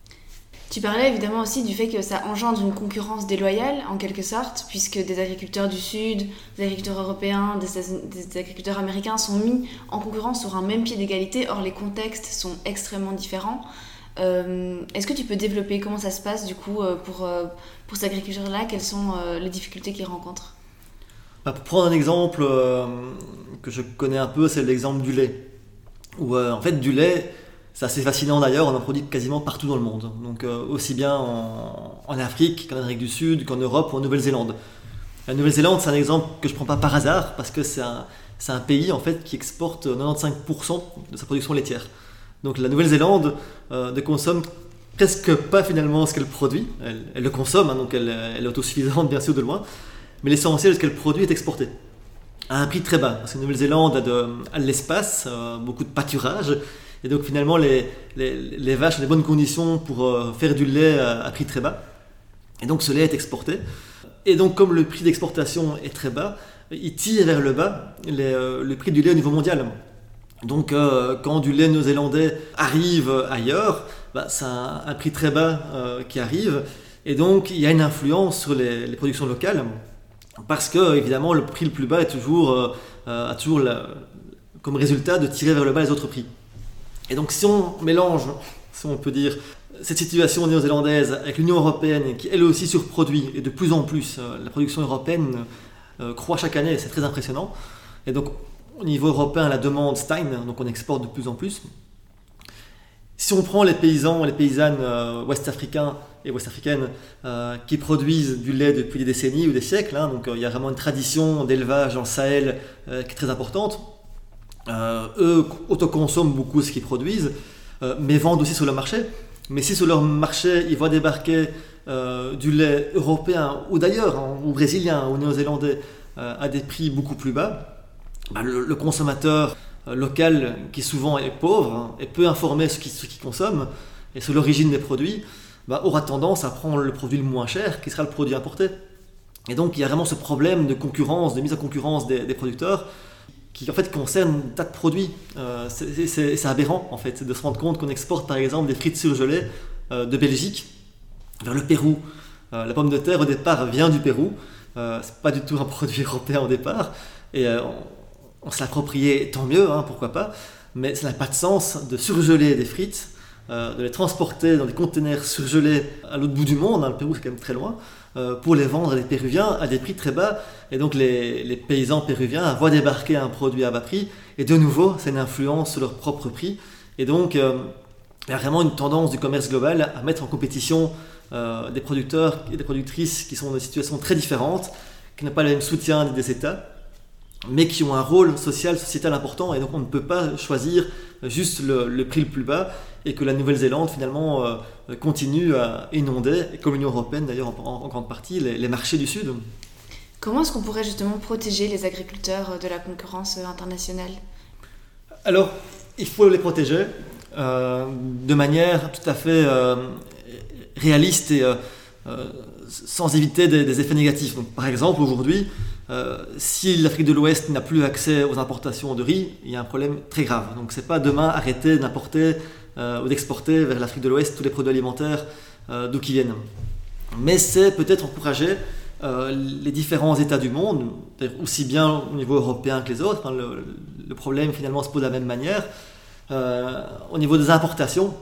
Tu parlais évidemment aussi du fait que ça engendre une concurrence déloyale, en quelque sorte, puisque des agriculteurs du Sud, des agriculteurs européens, des, des agriculteurs américains sont mis en concurrence sur un même pied d'égalité. Or, les contextes sont extrêmement différents. Euh, est-ce que tu peux développer comment ça se passe du coup pour, pour ces agriculteurs-là? Quelles sont les difficultés qu'ils rencontrent?
Bah, pour prendre un exemple euh, que je connais un peu, c'est l'exemple du lait. Où euh, en fait, du lait, c'est assez fascinant d'ailleurs, on en produit quasiment partout dans le monde. Donc euh, aussi bien en, en Afrique qu'en Amérique du Sud, qu'en Europe ou en Nouvelle-Zélande. La Nouvelle-Zélande, c'est un exemple que je ne prends pas par hasard, parce que c'est un, c'est un pays en fait, qui exporte quatre-vingt-quinze pour cent de sa production laitière. Donc la Nouvelle-Zélande euh, ne consomme presque pas finalement ce qu'elle produit. Elle, elle le consomme, hein, donc elle, elle est autosuffisante bien sûr de loin. Mais l'essentiel de ce qu'elle produit est exporté. À un prix très bas, parce que la Nouvelle-Zélande a de, a de l'espace, euh, beaucoup de pâturage. Et donc finalement, les, les, les vaches ont des bonnes conditions pour euh, faire du lait à, à prix très bas. Et donc ce lait est exporté. Et donc comme le prix d'exportation est très bas, il tire vers le bas les, euh, le prix du lait au niveau mondial. Donc euh, quand du lait néo-zélandais arrive ailleurs, bah, c'est un, un prix très bas euh, qui arrive. Et donc il y a une influence sur les, les productions locales. Parce que évidemment le prix le plus bas est toujours, euh, a toujours la, comme résultat de tirer vers le bas les autres prix. Et donc si on mélange, si on peut dire, cette situation néo-zélandaise avec l'Union européenne qui elle aussi surproduit, et de plus en plus, euh, la production européenne euh, croît chaque année, c'est très impressionnant. Et donc au niveau européen la demande stagne, donc on exporte de plus en plus. Si on prend les paysans, les paysannes euh, ouest-africains et ouest-africaines euh, qui produisent du lait depuis des décennies ou des siècles, hein, donc il euh, y a vraiment une tradition d'élevage dans le Sahel euh, qui est très importante. Euh, eux autoconsomment beaucoup ce qu'ils produisent, euh, mais vendent aussi sur le marché. Mais si sur leur marché, ils voient débarquer euh, du lait européen ou d'ailleurs, hein, ou brésilien ou néo-zélandais euh, à des prix beaucoup plus bas, bah, le, le consommateur euh, local, qui souvent est pauvre hein, et peu informé sur ce qu'il, ce qu'il consomme et sur l'origine des produits, bah, aura tendance à prendre le produit le moins cher, qui sera le produit importé. Et donc il y a vraiment ce problème de concurrence, de mise en concurrence des, des producteurs, qui en fait concerne un tas de produits. Euh, c'est, c'est, c'est aberrant en fait de se rendre compte qu'on exporte par exemple des frites surgelées euh, de Belgique vers le Pérou. Euh, la pomme de terre au départ vient du Pérou, euh, c'est pas du tout un produit européen au départ, et euh, on, on se l'appropriait, tant mieux, hein, pourquoi pas, mais ça n'a pas de sens de surgeler des frites, euh, de les transporter dans des containers surgelés à l'autre bout du monde, hein, le Pérou c'est quand même très loin, euh, pour les vendre à des Péruviens à des prix très bas. Et donc les, les paysans péruviens voient débarquer un produit à bas prix, et de nouveau, c'est une influence sur leur propre prix. Et donc, euh, il y a vraiment une tendance du commerce global à mettre en compétition euh, des producteurs et des productrices qui sont dans des situations très différentes, qui n'ont pas le même soutien des États, mais qui ont un rôle social, sociétal important. Et donc, on ne peut pas choisir juste le, le prix le plus bas, et que la Nouvelle-Zélande, finalement, euh, continue à inonder, comme l'Union européenne d'ailleurs en, en, en grande partie, les, les marchés du Sud.
Comment est-ce qu'on pourrait justement protéger les agriculteurs de la concurrence internationale ?
Alors, il faut les protéger euh, de manière tout à fait euh, réaliste et euh, euh, sans éviter des, des effets négatifs. Donc, par exemple, aujourd'hui, euh, si l'Afrique de l'Ouest n'a plus accès aux importations de riz, il y a un problème très grave. Donc, c'est pas demain arrêter d'importer euh, ou d'exporter vers l'Afrique de l'Ouest tous les produits alimentaires euh, d'où qu'ils viennent. Mais c'est peut-être encourager Euh, les différents États du monde, aussi bien au niveau européen que les autres, hein, le, le problème finalement se pose de la même manière, euh, au niveau des importations,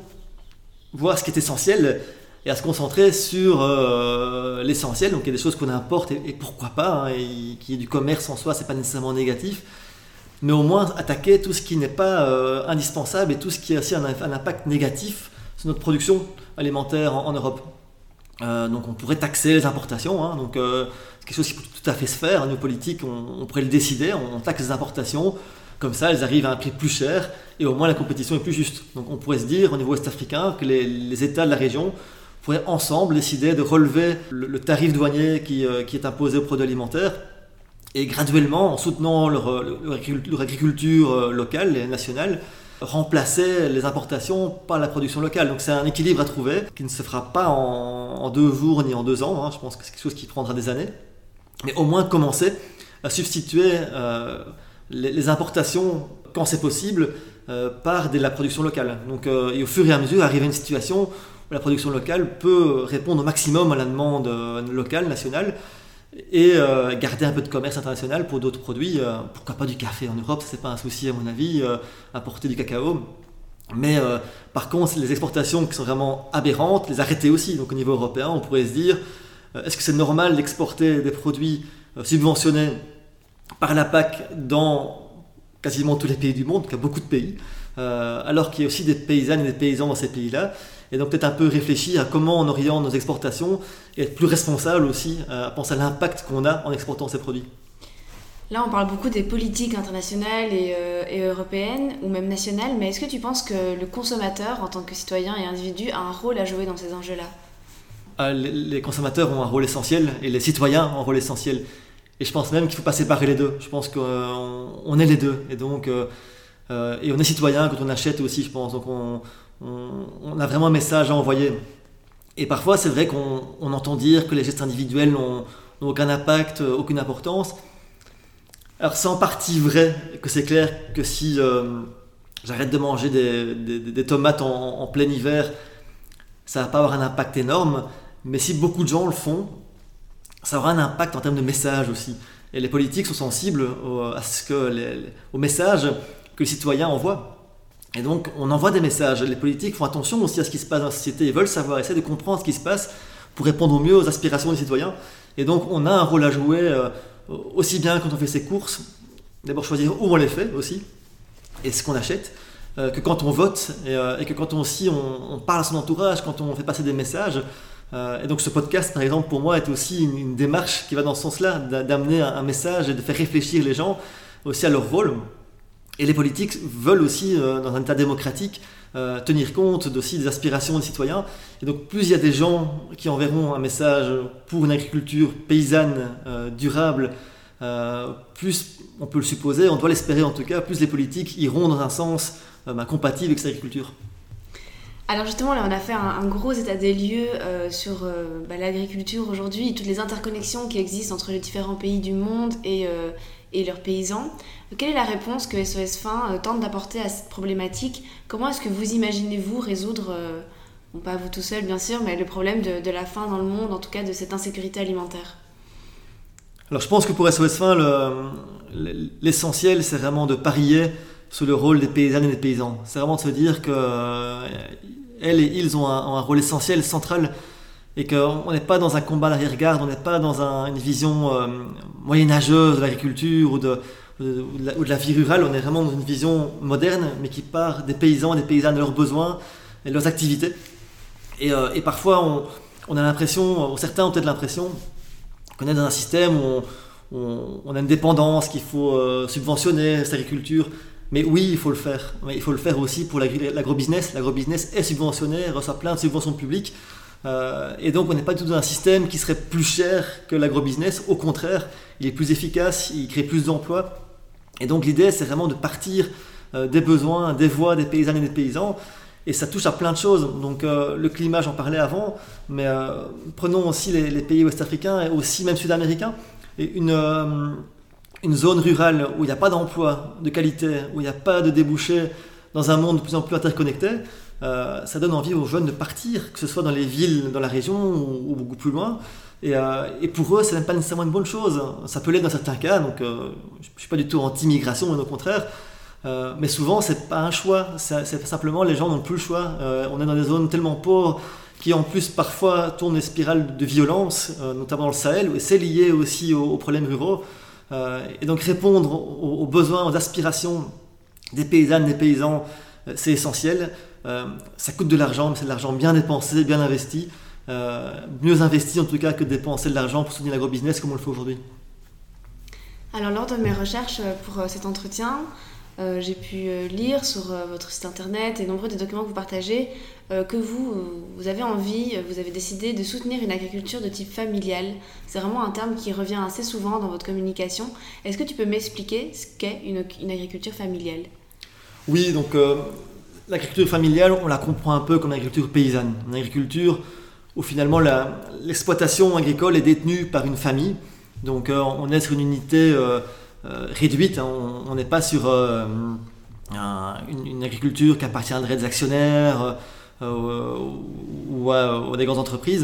voir ce qui est essentiel et à se concentrer sur euh, l'essentiel, donc il y a des choses qu'on importe et, et pourquoi pas, hein, et qu'il y ait du commerce en soi, c'est pas nécessairement négatif, mais au moins attaquer tout ce qui n'est pas euh, indispensable et tout ce qui a aussi un, un impact négatif sur notre production alimentaire en, en Europe. Euh, donc on pourrait taxer les importations, hein, donc euh, c'est quelque chose qui peut tout à fait se faire. Nos politiques, on, on pourrait le décider, on, on taxe les importations, comme ça elles arrivent à un prix plus cher et au moins la compétition est plus juste. Donc on pourrait se dire au niveau ouest-africain que les, les États de la région pourraient ensemble décider de relever le, le tarif douanier qui, euh, qui est imposé aux produits alimentaires, et graduellement, en soutenant leur, leur, leur agriculture locale et nationale, remplacer les importations par la production locale. Donc c'est un équilibre à trouver qui ne se fera pas en, en deux jours ni en deux ans, hein. Je pense que c'est quelque chose qui prendra des années, mais au moins commencer à substituer euh, les, les importations quand c'est possible euh, par de la production locale. Donc, euh, et au fur et à mesure arriver à une situation où la production locale peut répondre au maximum à la demande euh, locale, nationale, et euh, garder un peu de commerce international pour d'autres produits, euh, pourquoi pas du café en Europe, ça c'est pas un souci à mon avis, euh, importer du cacao, mais euh, par contre les exportations qui sont vraiment aberrantes, les arrêter aussi. Donc au niveau européen on pourrait se dire, euh, est-ce que c'est normal d'exporter des produits euh, subventionnés par la P A C dans quasiment tous les pays du monde, il y a beaucoup de pays, euh, alors qu'il y a aussi des paysannes et des paysans dans ces pays-là. Et donc peut-être un peu réfléchir à comment on oriente nos exportations et être plus responsable aussi, euh, à penser à l'impact qu'on a en exportant ces produits.
Là, on parle beaucoup des politiques internationales et, euh, et européennes, ou même nationales, mais est-ce que tu penses que le consommateur, en tant que citoyen et individu, a un rôle à jouer dans ces enjeux-là ?
euh, les, les consommateurs ont un rôle essentiel et les citoyens ont un rôle essentiel. Et je pense même qu'il ne faut pas séparer les deux. Je pense qu'on on est les deux. Et donc, euh, euh, et on est citoyen quand on achète aussi, je pense. Donc on, on, on a vraiment un message à envoyer. Et parfois, c'est vrai qu'on on entend dire que les gestes individuels n'ont, n'ont aucun impact, aucune importance. Alors c'est en partie vrai que c'est clair que si euh, j'arrête de manger des, des, des tomates en, en plein hiver, ça ne va pas avoir un impact énorme. Mais si beaucoup de gens le font, ça aura un impact en termes de message aussi. Et les politiques sont sensibles au, à ce que les, les, au message que les citoyens envoient. Et donc on envoie des messages. Les politiques font attention aussi à ce qui se passe dans la société. Ils veulent savoir, essayer de comprendre ce qui se passe pour répondre au mieux aux aspirations des citoyens. Et donc on a un rôle à jouer euh, aussi bien quand on fait ses courses. D'abord choisir où on les fait aussi et ce qu'on achète. euh, que quand on vote et, euh, et que quand on aussi on, on parle à son entourage, quand on fait passer des messages. Euh, et donc ce podcast, par exemple, pour moi, est aussi une, une démarche qui va dans ce sens-là, d'amener un, un message et de faire réfléchir les gens aussi à leur rôle. Et les politiques veulent aussi, euh, dans un État démocratique, euh, tenir compte aussi des aspirations des citoyens. Et donc plus il y a des gens qui enverront un message pour une agriculture paysanne, euh, durable, euh, plus on peut le supposer, on doit l'espérer en tout cas, plus les politiques iront dans un sens euh, bah, compatible avec cette agriculture.
Alors justement, là, on a fait un, un gros état des lieux euh, sur euh, bah, l'agriculture aujourd'hui, toutes les interconnexions qui existent entre les différents pays du monde et, euh, et leurs paysans. Quelle est la réponse que S O S Faim euh, tente d'apporter à cette problématique ? Comment est-ce que vous imaginez-vous résoudre, euh, bon, pas vous tout seul bien sûr, mais le problème de, de la faim dans le monde, en tout cas de cette insécurité alimentaire ?
Alors je pense que pour S O S Faim, le, l'essentiel, c'est vraiment de parier sur le rôle des paysannes et des paysans. C'est vraiment de se dire que euh, elles et ils ont un, ont un rôle essentiel, central, et qu'on n'est pas dans un combat d'arrière-garde, on n'est pas dans un, une vision euh, moyenâgeuse de l'agriculture ou de, de, ou, de la, ou de la vie rurale, on est vraiment dans une vision moderne, mais qui part des paysans, des paysannes, de leurs besoins et de leurs activités. Et, euh, et parfois, on, on a l'impression, certains ont peut-être l'impression qu'on est dans un système où on, on, on a une dépendance, qu'il faut euh, subventionner cette agriculture. Mais oui, il faut le faire. Mais il faut le faire aussi pour l'agrobusiness. L'agrobusiness est subventionné, reçoit plein de subventions publiques. Euh, et donc, on n'est pas du tout dans un système qui serait plus cher que l'agrobusiness. Au contraire, il est plus efficace, il crée plus d'emplois. Et donc, l'idée, c'est vraiment de partir euh, des besoins, des voix des paysannes et des paysans. Et ça touche à plein de choses. Donc, euh, le climat, j'en parlais avant. Mais euh, prenons aussi les, les pays ouest-africains et aussi même sud-américains. Et une... Euh, Une zone rurale où il n'y a pas d'emploi de qualité, où il n'y a pas de débouchés, dans un monde de plus en plus interconnecté, euh, ça donne envie aux jeunes de partir, que ce soit dans les villes, dans la région ou, ou beaucoup plus loin. Et, euh, et pour eux, ce n'est pas nécessairement une bonne chose. Ça peut l'être dans certains cas, donc euh, je ne suis pas du tout anti-migration, mais au contraire. Euh, mais souvent, ce n'est pas un choix, c'est, c'est simplement les gens n'ont plus le choix. Euh, on est dans des zones tellement pauvres qui en plus parfois tournent des spirales de violence, euh, notamment dans le Sahel, et c'est lié aussi aux, aux problèmes ruraux. Euh, et donc répondre aux, aux besoins, aux aspirations des paysannes, des paysans, euh, c'est essentiel. Euh, ça coûte de l'argent, mais c'est de l'argent bien dépensé, bien investi. Euh, mieux investi en tout cas que de dépenser de l'argent pour soutenir l'agrobusiness comme on le fait aujourd'hui.
Alors lors de mes recherches pour cet entretien, euh, j'ai pu lire sur votre site internet et nombreux des documents que vous partagez euh, que vous, vous avez envie, vous avez décidé de soutenir une agriculture de type familial. C'est vraiment un terme qui revient assez souvent dans votre communication. Est-ce que tu peux m'expliquer ce qu'est une, une agriculture familiale ?
Oui, donc euh, l'agriculture familiale, on la comprend un peu comme l'agriculture paysanne. Une agriculture où finalement la, l'exploitation agricole est détenue par une famille. Donc euh, on est sur une unité euh, euh, réduite, hein. On n'est pas sur euh, un, une, une agriculture qui appartiendrait à des actionnaires euh, ou à, à des grandes entreprises.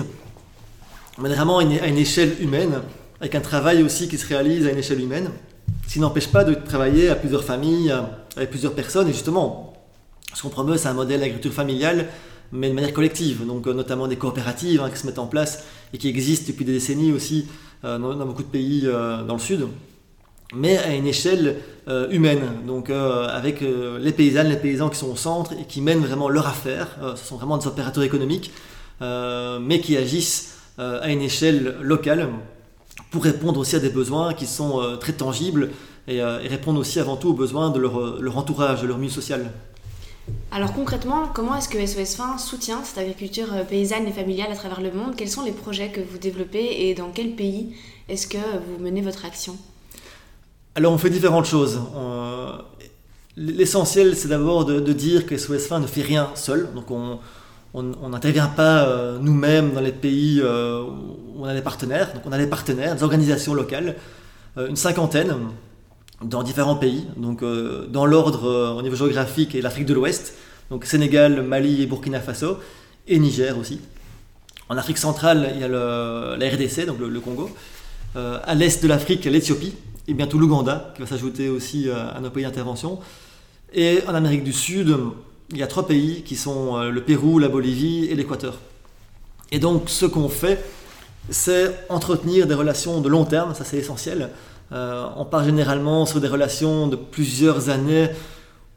On est vraiment à une, à une échelle humaine, avec un travail aussi qui se réalise à une échelle humaine, ce qui n'empêche pas de travailler à plusieurs familles, avec plusieurs personnes. Et justement, ce qu'on promeut, c'est un modèle d'agriculture familiale, mais de manière collective, donc euh, notamment des coopératives hein, qui se mettent en place et qui existent depuis des décennies aussi euh, dans, dans beaucoup de pays euh, dans le sud, mais à une échelle euh, humaine, donc euh, avec euh, les paysannes, les paysans qui sont au centre et qui mènent vraiment leur affaire. Euh, ce sont vraiment des opérateurs économiques, euh, mais qui agissent euh, à une échelle locale pour répondre aussi à des besoins qui sont euh, très tangibles et, euh, et répondre aussi avant tout aux besoins de leur, leur entourage, de leur milieu social.
Alors concrètement, comment est-ce que S O S Faim soutient cette agriculture paysanne et familiale à travers le monde ? Quels sont les projets que vous développez et dans quel pays est-ce que vous menez votre action ?
Alors on fait différentes choses. Euh, l'essentiel, c'est d'abord de, de dire que S O S Faim ne fait rien seul. Donc on on n'intervient pas euh, nous-mêmes dans les pays euh, où on a des partenaires. Donc on a des partenaires, des organisations locales, euh, une cinquantaine dans différents pays. Donc euh, dans l'ordre euh, au niveau géographique et l'Afrique de l'Ouest, donc Sénégal, Mali et Burkina Faso, et Niger aussi. En Afrique centrale, il y a le, la R D C, donc le, le Congo. Euh, à l'est de l'Afrique, l'Éthiopie, et bientôt l'Ouganda, qui va s'ajouter aussi euh, à nos pays d'intervention. Et en Amérique du Sud, il y a trois pays qui sont euh, le Pérou, la Bolivie et l'Équateur. Et donc ce qu'on fait, c'est entretenir des relations de long terme, ça c'est essentiel. Euh, on part généralement sur des relations de plusieurs années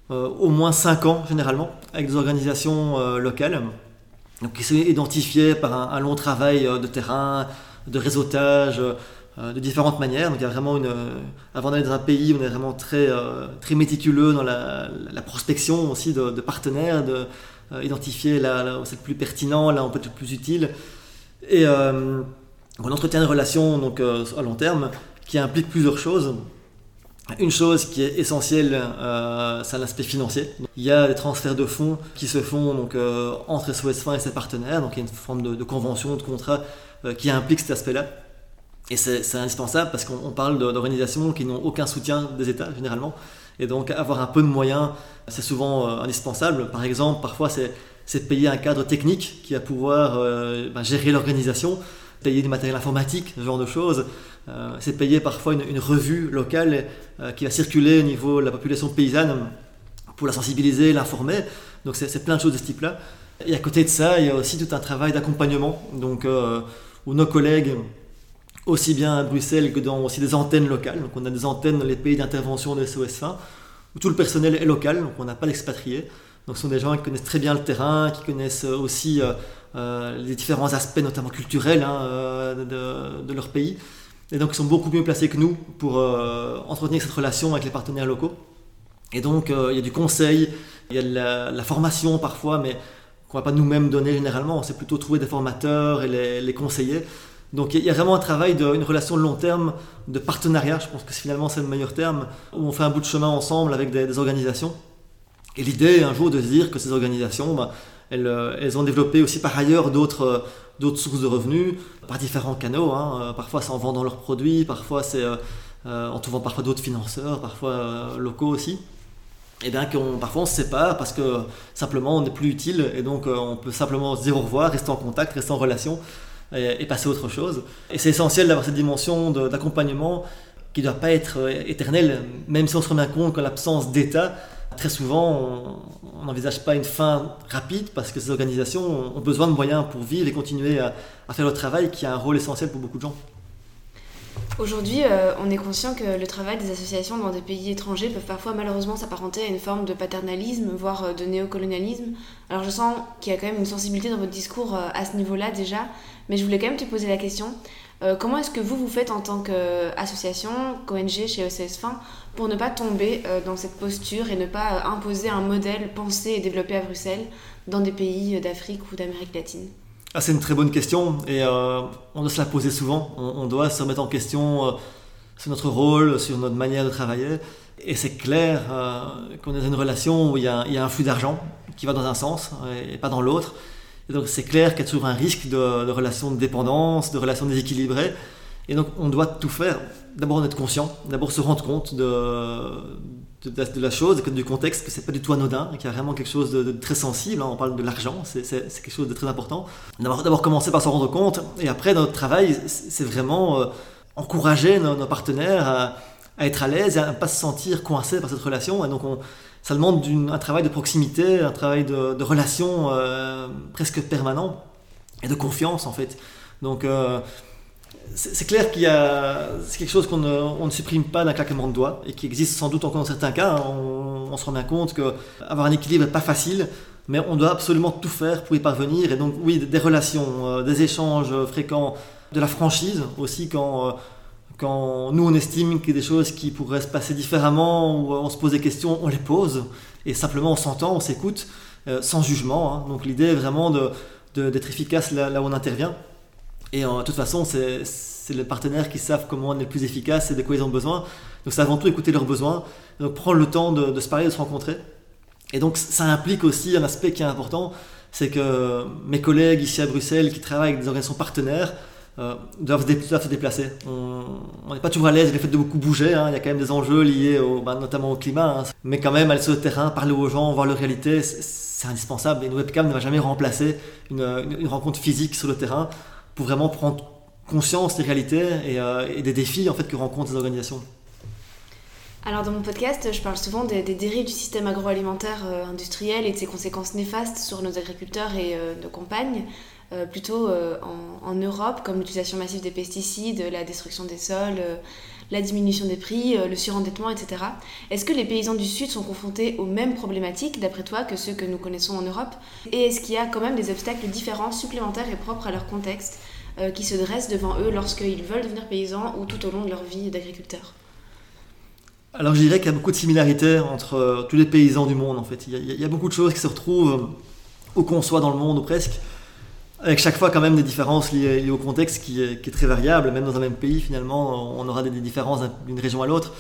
euh, au moins cinq ans généralement, avec des organisations euh, locales, donc qui sont identifiées par un, un long travail euh, de terrain, de réseautage, euh, de différentes manières. Donc il y a vraiment une, euh, avant d'aller dans un pays, on est vraiment très, euh, très méticuleux dans la, la prospection aussi de, de partenaires, de euh, identifier là, là où c'est le plus pertinent, là où on peut être le plus utile. Et euh, on entretient une relation donc, euh, à long terme qui implique plusieurs choses. Une chose qui est essentielle, euh, c'est l'aspect financier. Il y a des transferts de fonds qui se font donc, euh, entre S O S Fin et ses partenaires, donc il y a une forme de, de convention, de contrat euh, qui implique cet aspect-là. Et c'est, c'est indispensable parce qu'on parle d'organisations qui n'ont aucun soutien des États généralement. Et donc avoir un peu de moyens, c'est souvent euh, indispensable. Par exemple, parfois c'est, c'est de payer un cadre technique qui va pouvoir euh, ben, gérer l'organisation, payer du matériel informatique, ce genre de choses. Euh, c'est payer parfois une, une revue locale euh, qui va circuler au niveau de la population paysanne pour la sensibiliser, l'informer. Donc c'est, c'est plein de choses de ce type-là. Et à côté de ça, il y a aussi tout un travail d'accompagnement, donc, euh, où nos collègues, aussi bien à Bruxelles que dans aussi des antennes locales, donc on a des antennes dans les pays d'intervention de S O S Fin, où tout le personnel est local, donc on n'a pas d'expatriés. Donc ce sont des gens qui connaissent très bien le terrain, qui connaissent aussi euh, euh, les différents aspects, notamment culturels, hein, euh, de, de leur pays. Et donc ils sont beaucoup mieux placés que nous pour euh, entretenir cette relation avec les partenaires locaux. Et donc euh, il y a du conseil, il y a de la, la formation parfois, mais qu'on ne va pas nous-mêmes donner généralement, c'est plutôt trouver des formateurs et les, les conseiller. Donc il y a vraiment un travail d'une relation de long terme, de partenariat, je pense que finalement c'est le meilleur terme, où on fait un bout de chemin ensemble avec des, des organisations. Et l'idée un jour de se dire que ces organisations, bah, elles, elles ont développé aussi par ailleurs d'autres, d'autres sources de revenus, par différents canaux, hein. Parfois c'est en vendant leurs produits, parfois c'est euh, en trouvant parfois d'autres financeurs, parfois euh, locaux aussi. Et bien qu'on, parfois on se sépare parce que simplement on n'est plus utile et donc euh, on peut simplement se dire au revoir, rester en contact, rester en relation et, et passer à autre chose. Et c'est essentiel d'avoir cette dimension de, d'accompagnement qui ne doit pas être euh, éternelle, même si on se rend bien compte que l'absence d'État, très souvent on n'envisage pas une fin rapide parce que ces organisations ont besoin de moyens pour vivre et continuer à, à faire leur travail qui a un rôle essentiel pour beaucoup de gens.
Aujourd'hui, euh, on est conscient que le travail des associations dans des pays étrangers peut parfois malheureusement s'apparenter à une forme de paternalisme, voire euh, de néocolonialisme. Alors je sens qu'il y a quand même une sensibilité dans votre discours euh, à ce niveau-là déjà, mais je voulais quand même te poser la question. Euh, comment est-ce que vous, vous faites en tant qu'association, qu'O N G chez S O S Fin, pour ne pas tomber euh, dans cette posture et ne pas euh, imposer un modèle pensé et développé à Bruxelles dans des pays d'Afrique ou d'Amérique latine ?
Ah, c'est une très bonne question et euh, on doit se la poser souvent. On, on doit se remettre en question euh, sur notre rôle, sur notre manière de travailler. Et c'est clair euh, qu'on est dans une relation où il y a, il y a un flux d'argent qui va dans un sens et pas dans l'autre. Et donc c'est clair qu'il y a toujours un risque de, de relations de dépendance, de relations déséquilibrées. Et donc on doit tout faire. D'abord en être conscient, d'abord se rendre compte de, de, de la chose, du contexte, que c'est pas du tout anodin, qu'il y a vraiment quelque chose de, de très sensible. Hein, on parle de l'argent, c'est, c'est, c'est quelque chose de très important. D'abord, d'abord commencer par s'en rendre compte. Et après, dans notre travail, c'est vraiment euh, encourager nos, nos partenaires à, à être à l'aise et à ne pas se sentir coincés par cette relation. Et donc on, ça demande un travail de proximité, un travail de, de relation euh, presque permanent et de confiance en fait. Donc euh, c'est, c'est clair qu'il y a c'est quelque chose qu'on ne, on ne supprime pas d'un claquement de doigts et qui existe sans doute encore dans certains cas. Hein. On, on se rend bien compte qu'avoir un équilibre n'est pas facile, mais on doit absolument tout faire pour y parvenir. Et donc oui, des relations, euh, des échanges fréquents, de la franchise aussi quand... Euh, Quand nous on estime qu'il y a des choses qui pourraient se passer différemment ou on se pose des questions, on les pose et simplement on s'entend, on s'écoute euh, sans jugement. Hein. Donc l'idée est vraiment de, de, d'être efficace là, là où on intervient. Et euh, de toute façon, c'est, c'est les partenaires qui savent comment on est le plus efficace et de quoi ils ont besoin. Donc c'est avant tout écouter leurs besoins, donc prendre le temps de, de se parler, de se rencontrer. Et donc ça implique aussi un aspect qui est important, c'est que mes collègues ici à Bruxelles qui travaillent avec des organisations partenaires, Euh, doivent, dé- doivent se déplacer. On n'est pas toujours à l'aise avec le fait de beaucoup bouger, hein. Il y a quand même des enjeux liés au, bah, notamment au climat, hein. Mais quand même aller sur le terrain, parler aux gens, voir leur réalité, c'est, c'est indispensable. Et une webcam ne va jamais remplacer une, une, une rencontre physique sur le terrain pour vraiment prendre conscience des réalités et, euh, et des défis en fait, que rencontrent ces organisations.
Alors dans mon podcast, je parle souvent des, des dérives du système agroalimentaire euh, industriel et de ses conséquences néfastes sur nos agriculteurs et euh, nos campagnes. euh, plutôt euh, en, en Europe, comme l'utilisation massive des pesticides, la destruction des sols, euh, la diminution des prix, euh, le surendettement, et cetera. Est-ce que les paysans du Sud sont confrontés aux mêmes problématiques, d'après toi, que ceux que nous connaissons en Europe? Et est-ce qu'il y a quand même des obstacles différents, supplémentaires et propres à leur contexte, euh, qui se dressent devant eux lorsqu'ils veulent devenir paysans ou tout au long de leur vie d'agriculteur?
Alors je dirais qu'il y a beaucoup de similarités entre euh, tous les paysans du monde en fait. Il y, a, il y a beaucoup de choses qui se retrouvent où qu'on soit dans le monde ou presque, avec chaque fois quand même des différences liées, liées au contexte qui est, qui est très variable. Même dans un même pays finalement on aura des, des différences d'une région à l'autre.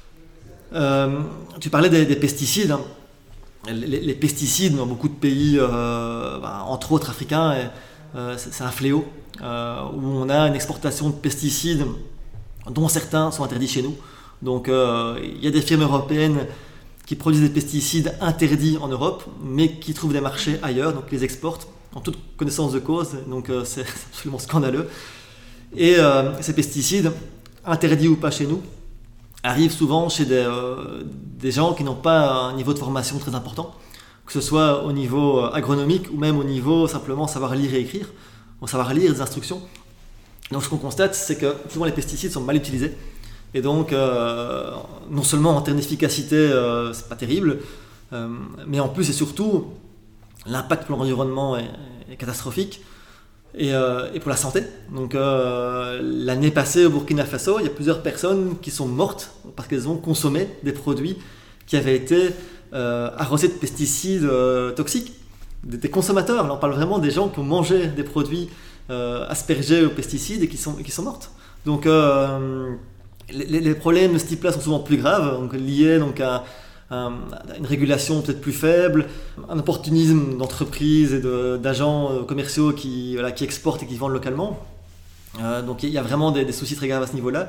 Euh, tu parlais des, des pesticides. Hein. Les, les pesticides dans beaucoup de pays, euh, bah, entre autres africains, et, euh, c'est, c'est un fléau euh, où on a une exportation de pesticides dont certains sont interdits chez nous. Donc euh, il y a des firmes européennes qui produisent des pesticides interdits en Europe, mais qui trouvent des marchés ailleurs, donc les exportent en toute connaissance de cause, donc euh, c'est absolument scandaleux. Et euh, ces pesticides, interdits ou pas chez nous, arrivent souvent chez des, euh, des gens qui n'ont pas un niveau de formation très important, que ce soit au niveau agronomique ou même au niveau simplement savoir lire et écrire, ou savoir lire des instructions. Donc ce qu'on constate, c'est que souvent les pesticides sont mal utilisés. Et donc, euh, non seulement en termes d'efficacité, euh, c'est pas terrible, euh, mais en plus et surtout, l'impact pour l'environnement est, est catastrophique et, euh, et pour la santé. Donc, euh, l'année passée au Burkina Faso, il y a plusieurs personnes qui sont mortes parce qu'elles ont consommé des produits qui avaient été euh, arrosés de pesticides euh, toxiques. Des, des consommateurs, là on parle vraiment des gens qui ont mangé des produits euh, aspergés aux pesticides et qui sont, et qui sont mortes. Donc, euh, Les, les problèmes de ce type-là sont souvent plus graves, donc liés donc à, à, à une régulation peut-être plus faible, un opportunisme d'entreprises et de, d'agents commerciaux qui, voilà, qui exportent et qui vendent localement. Euh, donc il y a vraiment des, des soucis très graves à ce niveau-là.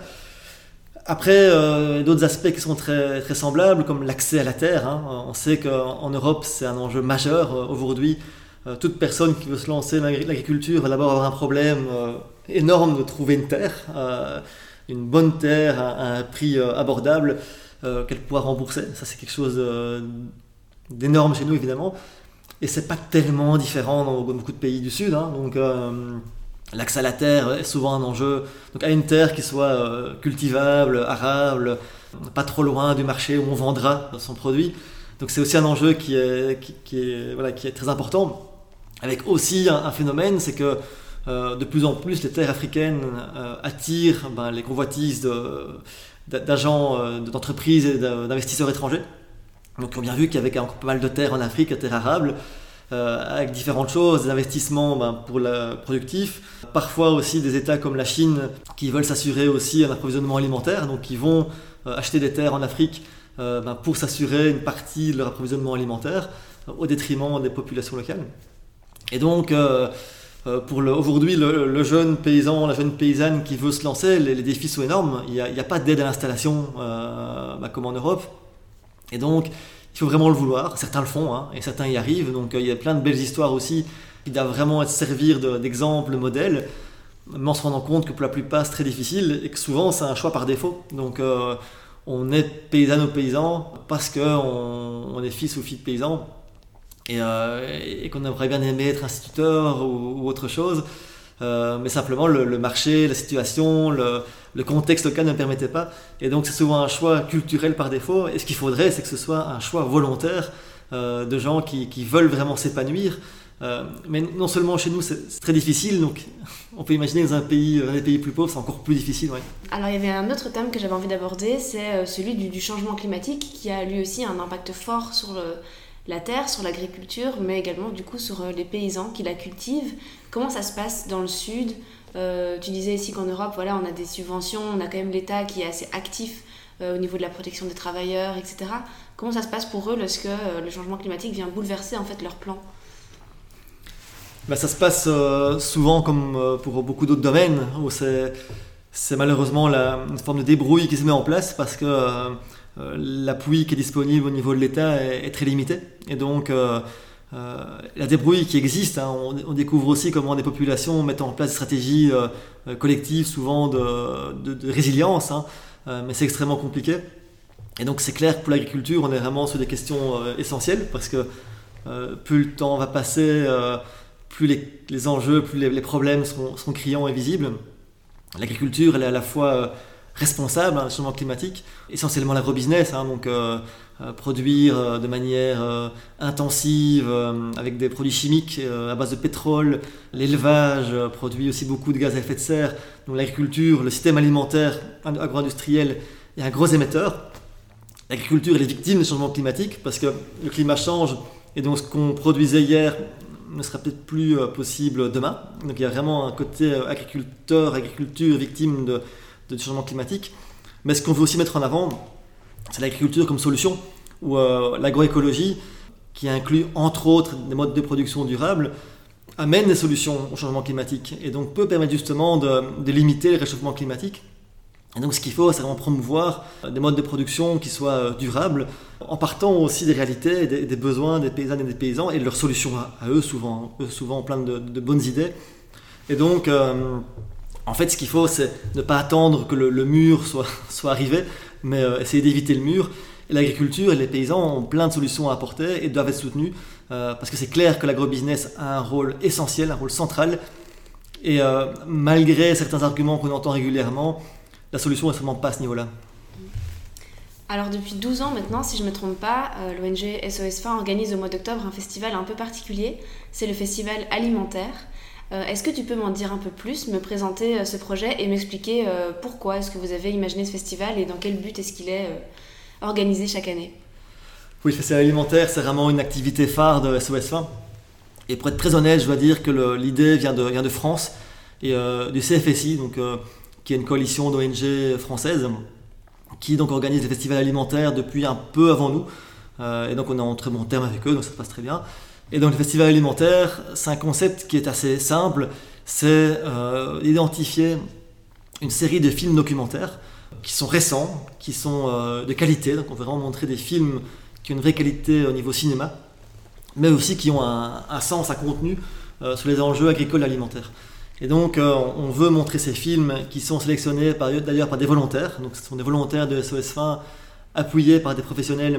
Après, euh, d'autres aspects qui sont très, très semblables, comme l'accès à la terre. Hein. On sait qu'en Europe, c'est un enjeu majeur euh, aujourd'hui. Euh, toute personne qui veut se lancer dans l'agriculture va d'abord avoir un problème euh, énorme de trouver une terre. Euh, une bonne terre à un prix abordable euh, qu'elle pourra rembourser. Ça, c'est quelque chose euh, d'énorme chez nous, évidemment. Et c'est pas tellement différent dans beaucoup de pays du Sud. Hein. Donc, euh, l'accès à la terre est souvent un enjeu. Donc, à une terre qui soit euh, cultivable, arable, pas trop loin du marché où on vendra son produit. Donc, c'est aussi un enjeu qui est, qui, qui est, voilà, qui est très important. Avec aussi un, un phénomène, c'est que Euh, de plus en plus, les terres africaines euh, attirent ben, les convoitises de, d'agents, euh, d'entreprises et d'investisseurs étrangers. Donc, on a bien vu qu'il y avait encore pas mal de terres en Afrique, de terres arables, euh, avec différentes choses, des investissements ben, pour le productif. Parfois aussi des États comme la Chine qui veulent s'assurer aussi un approvisionnement alimentaire, donc qui vont euh, acheter des terres en Afrique euh, ben, pour s'assurer une partie de leur approvisionnement alimentaire euh, au détriment des populations locales. Et donc, euh, Pour le, aujourd'hui, le, le jeune paysan, la jeune paysanne qui veut se lancer, les, les défis sont énormes. Il n'y a, il y a pas d'aide à l'installation euh, bah, comme en Europe. Et donc, il faut vraiment le vouloir. Certains le font hein, et certains y arrivent. Donc, euh, il y a plein de belles histoires aussi qui doivent vraiment être servir de, d'exemple, de modèle. Mais en se rendant compte que pour la plupart, c'est très difficile et que souvent, c'est un choix par défaut. Donc, euh, on est paysanne ou paysan parce qu'on on est fils ou fille de paysan. Et, euh, et qu'on aimerait bien aimer être instituteur ou, ou autre chose, euh, mais simplement le, le marché, la situation, le, le contexte local ne permettait pas. Et donc c'est souvent un choix culturel par défaut. Et ce qu'il faudrait, c'est que ce soit un choix volontaire euh, de gens qui, qui veulent vraiment s'épanouir. Euh, mais non seulement chez nous, c'est, c'est très difficile. Donc on peut imaginer dans un pays, dans des pays plus pauvres, c'est encore plus difficile. Ouais.
Alors il y avait un autre thème que j'avais envie d'aborder, c'est celui du, du changement climatique, qui a lui aussi un impact fort sur le la terre, sur l'agriculture, mais également du coup sur les paysans qui la cultivent. Comment ça se passe dans le sud? euh, Tu disais ici qu'en Europe, voilà, on a des subventions, on a quand même l'État qui est assez actif euh, au niveau de la protection des travailleurs, et cetera. Comment ça se passe pour eux lorsque euh, le changement climatique vient bouleverser en fait leurs plans?
Ben, ça se passe euh, souvent comme euh, pour beaucoup d'autres domaines, où c'est, c'est malheureusement la, une forme de débrouille qui se met en place parce que euh, Euh, l'appui qui est disponible au niveau de l'État est, est très limité. Et donc, euh, euh, la débrouille qui existe, hein, on, on découvre aussi comment des populations mettent en place des stratégies euh, collectives, souvent de, de, de résilience, hein, euh, mais c'est extrêmement compliqué. Et donc, c'est clair que pour l'agriculture, on est vraiment sur des questions euh, essentielles, parce que euh, plus le temps va passer, euh, plus les, les enjeux, plus les, les problèmes seront, seront criants et visibles. L'agriculture, elle est à la fois euh, responsable hein, du changement climatique, essentiellement l'agrobusiness, hein, donc euh, euh, produire euh, de manière euh, intensive, euh, avec des produits chimiques euh, à base de pétrole. L'élevage euh, produit aussi beaucoup de gaz à effet de serre. Donc l'agriculture, le système alimentaire agro-industriel est un gros émetteur. L'agriculture elle est victime du changement climatique parce que le climat change et donc ce qu'on produisait hier ne sera peut-être plus euh, possible demain. Donc il y a vraiment un côté euh, agriculteur, agriculture victime de, de changement climatique. Mais ce qu'on veut aussi mettre en avant, c'est l'agriculture comme solution, ou euh, l'agroécologie, qui inclut entre autres des modes de production durables, amène des solutions au changement climatique et donc peut permettre justement de, de limiter le réchauffement climatique. Et donc ce qu'il faut, c'est vraiment promouvoir des modes de production qui soient durables, en partant aussi des réalités, des, des besoins des paysannes et des paysans et de leurs solutions à, à eux, souvent, eux souvent plein de, de bonnes idées. Et donc, euh, en fait, ce qu'il faut, c'est ne pas attendre que le, le mur soit, soit arrivé, mais euh, essayer d'éviter le mur. Et l'agriculture et les paysans ont plein de solutions à apporter et doivent être soutenus, euh, parce que c'est clair que l'agrobusiness a un rôle essentiel, un rôle central. Et euh, malgré certains arguments qu'on entend régulièrement, la solution n'est vraiment pas à ce niveau-là.
Alors depuis douze ans maintenant, si je ne me trompe pas, euh, l'O N G S O S Fin organise au mois d'octobre un festival un peu particulier, c'est le festival alimentaire. Euh, est-ce que tu peux m'en dire un peu plus, me présenter euh, ce projet et m'expliquer euh, pourquoi est-ce que vous avez imaginé ce festival et dans quel but est-ce qu'il est euh, organisé chaque année ?
Oui, le festival alimentaire, c'est vraiment une activité phare de S O S Fin. Et pour être très honnête, je dois dire que le, l'idée vient de, vient de France et euh, du C F S I, donc, euh, qui est une coalition d'O N G françaises, qui donc organise des festivals alimentaires depuis un peu avant nous. Euh, et donc on est en très bon terme avec eux, donc ça se passe très bien. Et donc le festival alimentaire, c'est un concept qui est assez simple, c'est euh, d'identifier une série de films documentaires qui sont récents, qui sont euh, de qualité, donc on veut vraiment montrer des films qui ont une vraie qualité au niveau cinéma, mais aussi qui ont un, un sens, un contenu euh, sur les enjeux agricoles et alimentaires. Et donc euh, on veut montrer ces films qui sont sélectionnés par, d'ailleurs par des volontaires, donc ce sont des volontaires de S O S Fin appuyés par des professionnels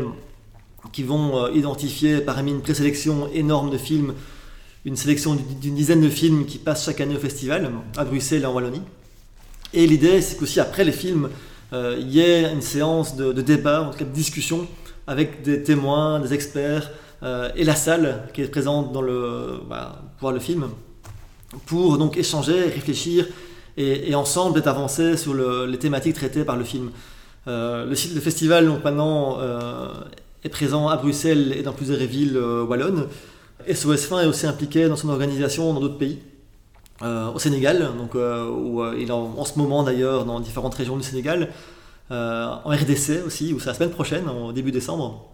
qui vont euh, identifier parmi une présélection énorme de films, une sélection d'une dizaine de films qui passent chaque année au festival, à Bruxelles et en Wallonie. Et l'idée, c'est qu'aussi après les films, euh, il y ait une séance de, de débat, en tout cas de discussion, avec des témoins, des experts, euh, et la salle qui est présente dans le, bah, pour voir le film, pour donc échanger, réfléchir, et, et ensemble être avancés sur le, les thématiques traitées par le film. Euh, le, le festival, donc maintenant, euh, est présent à Bruxelles et dans plusieurs villes euh, wallonnes. S O S Fin est aussi impliqué dans son organisation dans d'autres pays. Euh, au Sénégal, donc, euh, où euh, il est en, en ce moment d'ailleurs dans différentes régions du Sénégal, euh, en R D C aussi, où c'est la semaine prochaine, au début décembre.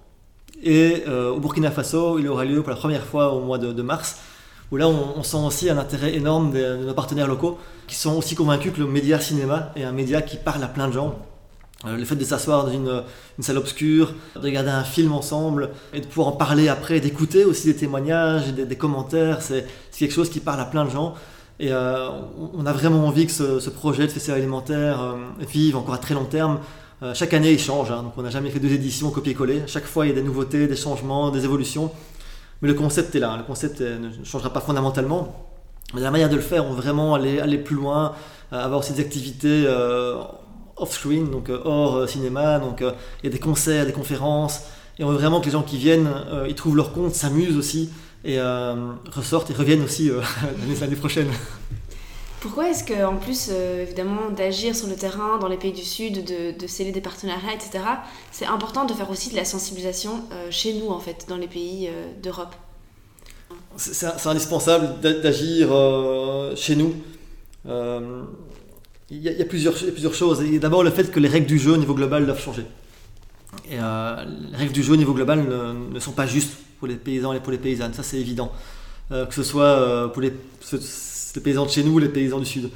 Et euh, au Burkina Faso, il aura lieu pour la première fois au mois de, de mars, où là on, on sent aussi un intérêt énorme de, de nos partenaires locaux, qui sont aussi convaincus que le média cinéma est un média qui parle à plein de gens. Euh, le fait de s'asseoir dans une, une salle obscure, de regarder un film ensemble et de pouvoir en parler après, d'écouter aussi des témoignages, des, des commentaires, c'est, c'est quelque chose qui parle à plein de gens. Et euh, on a vraiment envie que ce, ce projet de festival alimentaire euh, vive encore à très long terme. Euh, chaque année il change, hein, donc on n'a jamais fait deux éditions copier-coller. Chaque fois il y a des nouveautés, des changements, des évolutions. Mais le concept est là, le concept est, ne changera pas fondamentalement. Mais la manière de le faire, on veut vraiment aller, aller plus loin, euh, avoir aussi des activités euh, off-screen, donc euh, hors euh, cinéma. Donc euh, il y a des concerts, des conférences. Et on veut vraiment que les gens qui viennent, euh, ils trouvent leur compte, s'amusent aussi. Et euh, ressortent et reviennent aussi euh, l'année, l'année prochaine.
Pourquoi est-ce qu'en plus, euh, évidemment, d'agir sur le terrain, dans les pays du Sud, de, de sceller des partenariats, et cetera, c'est important de faire aussi de la sensibilisation euh, chez nous, en fait, dans les pays euh, d'Europe?
C'est, c'est, c'est indispensable d'agir euh, chez nous. Euh, il, y a, il y a plusieurs, il y a plusieurs choses. Et d'abord, le fait que les règles du jeu au niveau global doivent changer. Et euh, les règles du jeu au niveau global ne, ne sont pas justes pour les paysans et pour les paysannes, ça c'est évident. Euh, que ce soit euh, pour les, ce, les paysans de chez nous ou les paysans du Sud.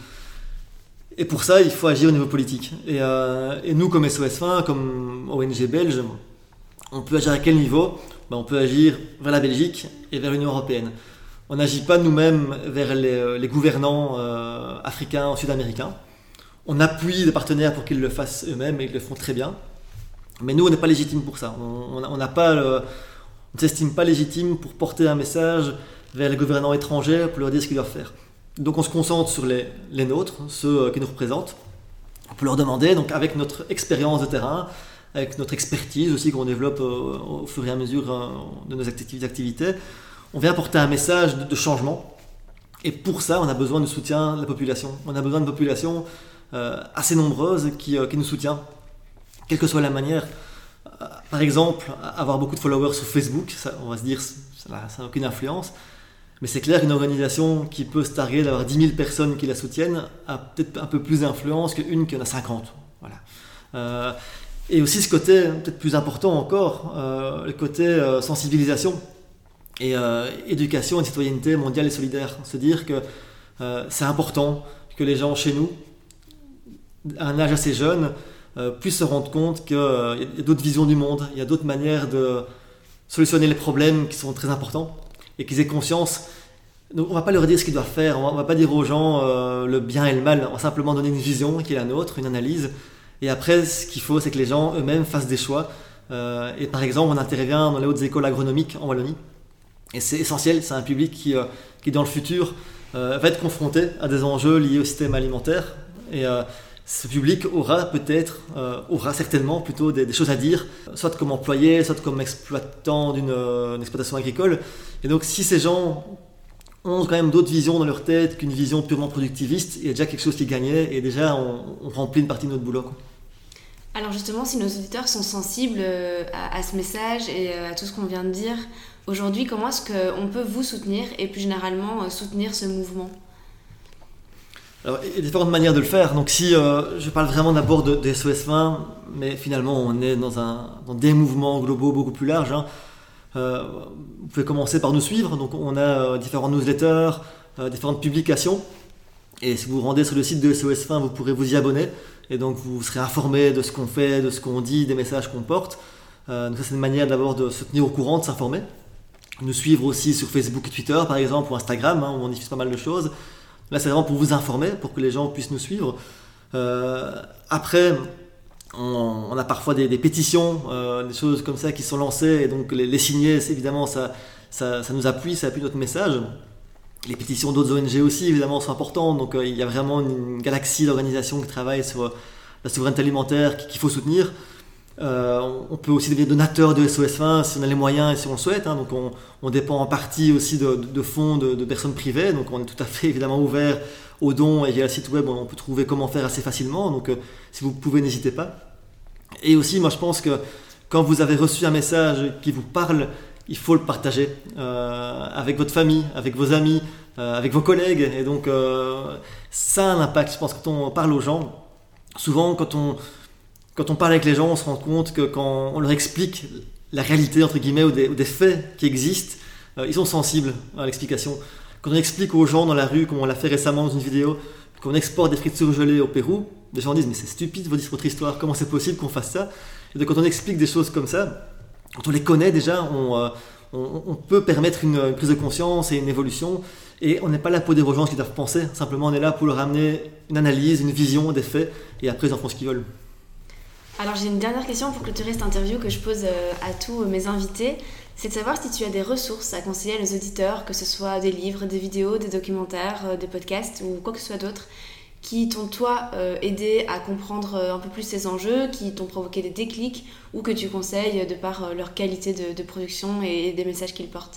Et pour ça, il faut agir au niveau politique. Et, euh, et nous, comme S O S Fin, comme O N G belge, on peut agir à quel niveau? Ben, on peut agir vers la Belgique et vers l'Union européenne. On n'agit pas nous-mêmes vers les, les gouvernants euh, africains ou sud-américains. On appuie des partenaires pour qu'ils le fassent eux-mêmes et ils le font très bien. Mais nous, on n'est pas légitime pour ça. On n'a pas le... On ne s'estime pas légitime pour porter un message vers les gouvernants étrangers pour leur dire ce qu'ils doivent faire. Donc on se concentre sur les, les nôtres, ceux qui nous représentent. On peut leur demander, donc avec notre expérience de terrain, avec notre expertise aussi qu'on développe au, au fur et à mesure de nos activités, on vient apporter un message de, de changement. Et pour ça, on a besoin du soutien de la population. On a besoin d'une population euh, assez nombreuse qui, euh, qui nous soutient, quelle que soit la manière. Euh, par exemple, avoir beaucoup de followers sur Facebook, ça, on va se dire, ça n'a aucune influence. Mais c'est clair qu'une organisation qui peut se targuer d'avoir dix mille personnes qui la soutiennent a peut-être un peu plus d'influence qu'une qui en a cinquante. Voilà. Euh, et aussi ce côté, peut-être plus important encore, euh, le côté euh, sensibilisation et euh, éducation et citoyenneté mondiale et solidaire. Se dire que euh, c'est important que les gens chez nous, à un âge assez jeune, euh, puissent se rendre compte qu'il euh, y a d'autres visions du monde, il y a d'autres manières de solutionner les problèmes qui sont très importants. Et qu'ils aient conscience. Donc on ne va pas leur dire ce qu'ils doivent faire, on ne va pas dire aux gens euh, le bien et le mal, on va simplement donner une vision qui est la nôtre, une analyse. Et après, ce qu'il faut, c'est que les gens eux-mêmes fassent des choix. Euh, et par exemple, on intervient dans les hautes écoles agronomiques en Wallonie. Et c'est essentiel, c'est un public qui, euh, qui dans le futur, euh, va être confronté à des enjeux liés au système alimentaire. Et euh, ce public aura peut-être, euh, aura certainement plutôt des, des choses à dire, soit comme employé, soit comme exploitant d'une euh, exploitation agricole. Et donc si ces gens ont quand même d'autres visions dans leur tête qu'une vision purement productiviste, il y a déjà quelque chose qui est gagné et déjà on, on remplit une partie de notre boulot, quoi.
Alors justement, si nos auditeurs sont sensibles à, à ce message et à tout ce qu'on vient de dire, aujourd'hui, comment est-ce qu'on peut vous soutenir et plus généralement soutenir ce mouvement ?
Alors, il y a différentes manières de le faire. Donc si euh, je parle vraiment d'abord de, de S O S vingt, mais finalement on est dans, un, dans des mouvements globaux beaucoup plus larges. Hein. Euh, vous pouvez commencer par nous suivre. Donc on a euh, différentes newsletters, euh, différentes publications. Et si vous vous rendez sur le site de S O S vingt, vous pourrez vous y abonner. Et donc vous serez informé de ce qu'on fait, de ce qu'on dit, des messages qu'on porte. Euh, donc ça c'est une manière d'abord de se tenir au courant, de s'informer. Nous suivre aussi sur Facebook et Twitter par exemple, ou Instagram, hein, où on diffuse pas mal de choses. Là, c'est vraiment pour vous informer, pour que les gens puissent nous suivre. Euh, après, on, on a parfois des, des pétitions, euh, des choses comme ça qui sont lancées. Et donc, les, les signer, évidemment, ça, ça, ça nous appuie, ça appuie notre message. Les pétitions d'autres O N G aussi, évidemment, sont importantes. Donc, euh, il y a vraiment une, une galaxie d'organisations qui travaillent sur euh, la souveraineté alimentaire qu'il faut soutenir. Euh, on peut aussi devenir donateur de S O S vingt si on a les moyens et si on le souhaite, hein. Donc on, on dépend en partie aussi de, de, de fonds de, de personnes privées, donc on est tout à fait évidemment ouvert aux dons et via le site web on peut trouver comment faire assez facilement, donc euh, si vous pouvez n'hésitez pas. Et aussi moi je pense que quand vous avez reçu un message qui vous parle, il faut le partager euh, avec votre famille, avec vos amis, euh, avec vos collègues, et donc euh, ça a un impact. Je pense que quand on parle aux gens, souvent quand on Quand on parle avec les gens, on se rend compte que quand on leur explique la réalité, entre guillemets, ou des, ou des faits qui existent, euh, ils sont sensibles à l'explication. Quand on explique aux gens dans la rue, comme on l'a fait récemment dans une vidéo, qu'on exporte des frites surgelées au Pérou, les gens disent « mais c'est stupide votre histoire, comment c'est possible qu'on fasse ça ?» Et donc quand on explique des choses comme ça, quand on les connaît déjà, on, euh, on, on peut permettre une, une prise de conscience et une évolution. Et on n'est pas là pour dire aux gens ce qu'ils doivent penser, simplement on est là pour leur amener une analyse, une vision des faits, et après ils en font ce qu'ils veulent.
Alors j'ai une dernière question pour clôturer cette interview que je pose à tous mes invités. C'est de savoir si tu as des ressources à conseiller à nos auditeurs, que ce soit des livres, des vidéos, des documentaires, des podcasts ou quoi que ce soit d'autre, qui t'ont toi aidé à comprendre un peu plus ces enjeux, qui t'ont provoqué des déclics ou que tu conseilles de par leur qualité de, de production et des messages qu'ils portent.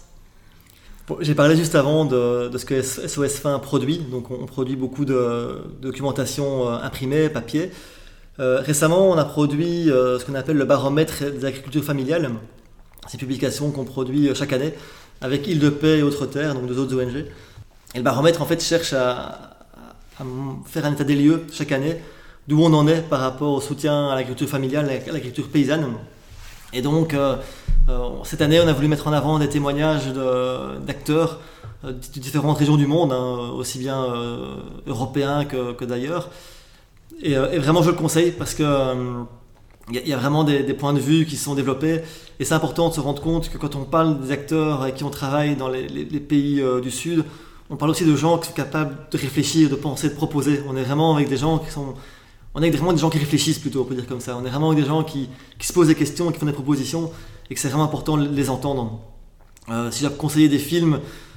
Bon, j'ai parlé juste avant de, de ce que S O S vingt produit. Donc on produit beaucoup de documentation imprimée, papier. Euh, récemment, on a produit euh, ce qu'on appelle le baromètre des agricultures familiales. C'est une publication qu'on produit chaque année avec Île de Paix et Autres Terres, donc deux autres O N G. Et le baromètre, en fait, cherche à, à faire un état des lieux chaque année d'où on en est par rapport au soutien à l'agriculture familiale, à l'agriculture paysanne. Et donc, euh, euh, cette année, on a voulu mettre en avant des témoignages de, d'acteurs euh, de différentes régions du monde, hein, aussi bien euh, européens que, que d'ailleurs. Et, et vraiment je le conseille parce que euh, y, y a vraiment des, des points de vue qui sont développés et c'est important de se rendre compte que quand on parle des acteurs avec qui on travaille dans les, les, les pays euh, du Sud, on parle aussi de gens qui sont capables de réfléchir, de penser, de proposer. On est vraiment avec des gens qui sont, on est vraiment des gens qui réfléchissent plutôt, on peut dire comme ça. On est vraiment avec des gens qui, qui se posent des questions, qui font des propositions et que c'est vraiment important de les entendre. Euh, si j'ai conseillé des films,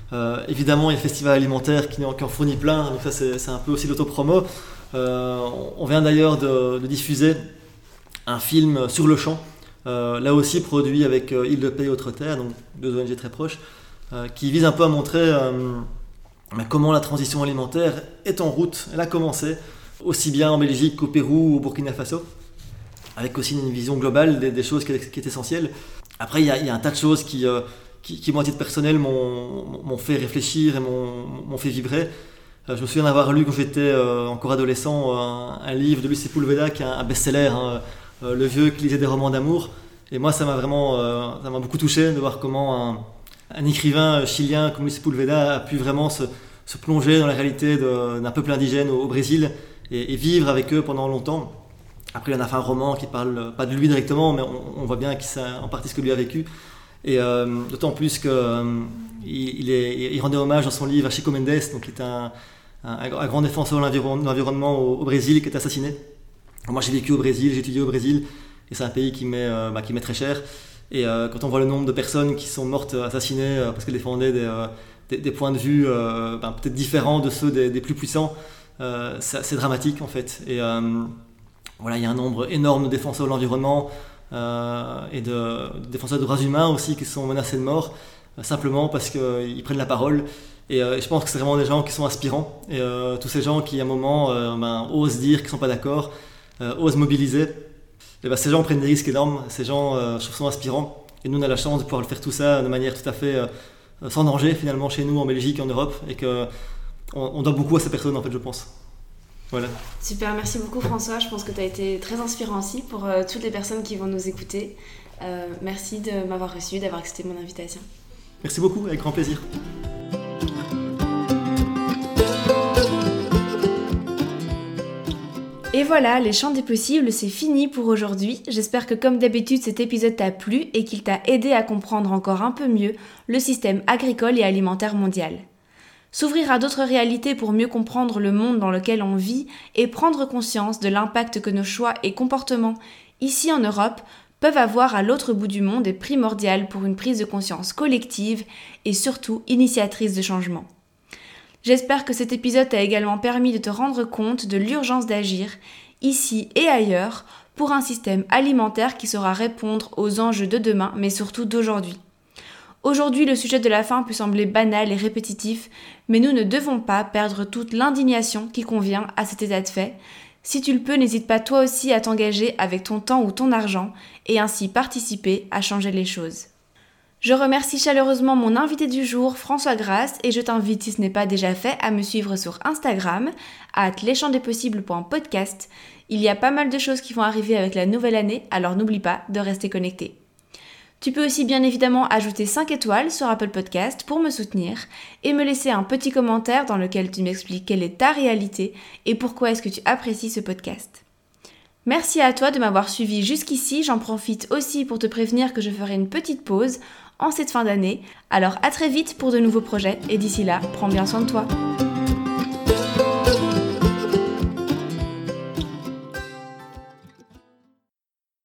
Euh, évidemment, il y a le festival alimentaire qui en, qui en fournit plein, donc ça c'est, c'est un peu aussi l'autopromo. Euh, on vient d'ailleurs de, de diffuser un film sur le champ, euh, là aussi produit avec euh, Île de Paix et Autres Terres, donc deux O N G très proches, euh, qui vise un peu à montrer euh, comment la transition alimentaire est en route. Elle a commencé, aussi bien en Belgique qu'au Pérou ou au Burkina Faso, avec aussi une vision globale des, des choses qui est, qui est essentielle. Après, il y, y a un tas de choses qui, euh, qui, qui moi, à titre personnel, m'ont, m'ont fait réfléchir et m'ont, m'ont fait vibrer. Euh, je me souviens d'avoir lu, quand j'étais euh, encore adolescent, un, un livre de Luis Sepúlveda, qui est un, un best-seller, hein, euh, Le vieux qui lisait des romans d'amour. Et moi, ça m'a vraiment euh, ça m'a beaucoup touché de voir comment un, un écrivain chilien comme Luis Sepúlveda a pu vraiment se, se plonger dans la réalité de, d'un peuple indigène au, au Brésil et, et vivre avec eux pendant longtemps. Après, il en a fait un roman qui parle pas de lui directement, mais on, on voit bien qu'il sait en partie ce que lui a vécu. Et euh, d'autant plus qu'il euh, il, il rendait hommage dans son livre à Chico Mendes, donc qui est un, un, un grand défenseur de l'environnement au, au Brésil, qui est assassiné. Moi, j'ai vécu au Brésil, j'ai étudié au Brésil, et c'est un pays qui m'est, euh, bah, qui m'est très cher. Et euh, quand on voit le nombre de personnes qui sont mortes assassinées euh, parce qu'elles défendaient des, euh, des, des points de vue euh, bah, peut-être différents de ceux des, des plus puissants, euh, c'est, c'est dramatique en fait. Et, euh, Voilà, il y a un nombre énorme de défenseurs de l'environnement euh, et de, de défenseurs de droits humains aussi qui sont menacés de mort euh, simplement parce qu'ils euh, prennent la parole. Et, euh, et je pense que c'est vraiment des gens qui sont inspirants. Et euh, tous ces gens qui, à un moment, euh, ben, osent dire qu'ils ne sont pas d'accord, euh, osent mobiliser. Et ben, ces gens prennent des risques énormes. Ces gens, euh, je trouve, sont inspirants. Et nous, on a la chance de pouvoir le faire tout ça de manière tout à fait euh, sans danger, finalement, chez nous, en Belgique et en Europe. Et qu'on on doit beaucoup à ces personnes, en fait, je pense. Voilà.
Super, merci beaucoup François, je pense que tu as été très inspirant aussi pour euh, toutes les personnes qui vont nous écouter. Euh, merci de m'avoir reçu, d'avoir accepté mon invitation.
Merci beaucoup, avec grand plaisir.
Et voilà, les champs des possibles, c'est fini pour aujourd'hui. J'espère que comme d'habitude cet épisode t'a plu et qu'il t'a aidé à comprendre encore un peu mieux le système agricole et alimentaire mondial. S'ouvrir à d'autres réalités pour mieux comprendre le monde dans lequel on vit et prendre conscience de l'impact que nos choix et comportements, ici en Europe, peuvent avoir à l'autre bout du monde est primordial pour une prise de conscience collective et surtout initiatrice de changement. J'espère que cet épisode t'a également permis de te rendre compte de l'urgence d'agir, ici et ailleurs, pour un système alimentaire qui saura répondre aux enjeux de demain, mais surtout d'aujourd'hui. Aujourd'hui, le sujet de la faim peut sembler banal et répétitif, mais nous ne devons pas perdre toute l'indignation qui convient à cet état de fait. Si tu le peux, n'hésite pas toi aussi à t'engager avec ton temps ou ton argent et ainsi participer à changer les choses. Je remercie chaleureusement mon invité du jour, François Grasse, et je t'invite, si ce n'est pas déjà fait, à me suivre sur Instagram, arobase leschamsdespossibles point podcast. Il y a pas mal de choses qui vont arriver avec la nouvelle année, alors n'oublie pas de rester connecté. Tu peux aussi bien évidemment ajouter cinq étoiles sur Apple Podcast pour me soutenir et me laisser un petit commentaire dans lequel tu m'expliques quelle est ta réalité et pourquoi est-ce que tu apprécies ce podcast. Merci à toi de m'avoir suivi jusqu'ici, j'en profite aussi pour te prévenir que je ferai une petite pause en cette fin d'année, alors à très vite pour de nouveaux projets et d'ici là, prends bien soin de toi.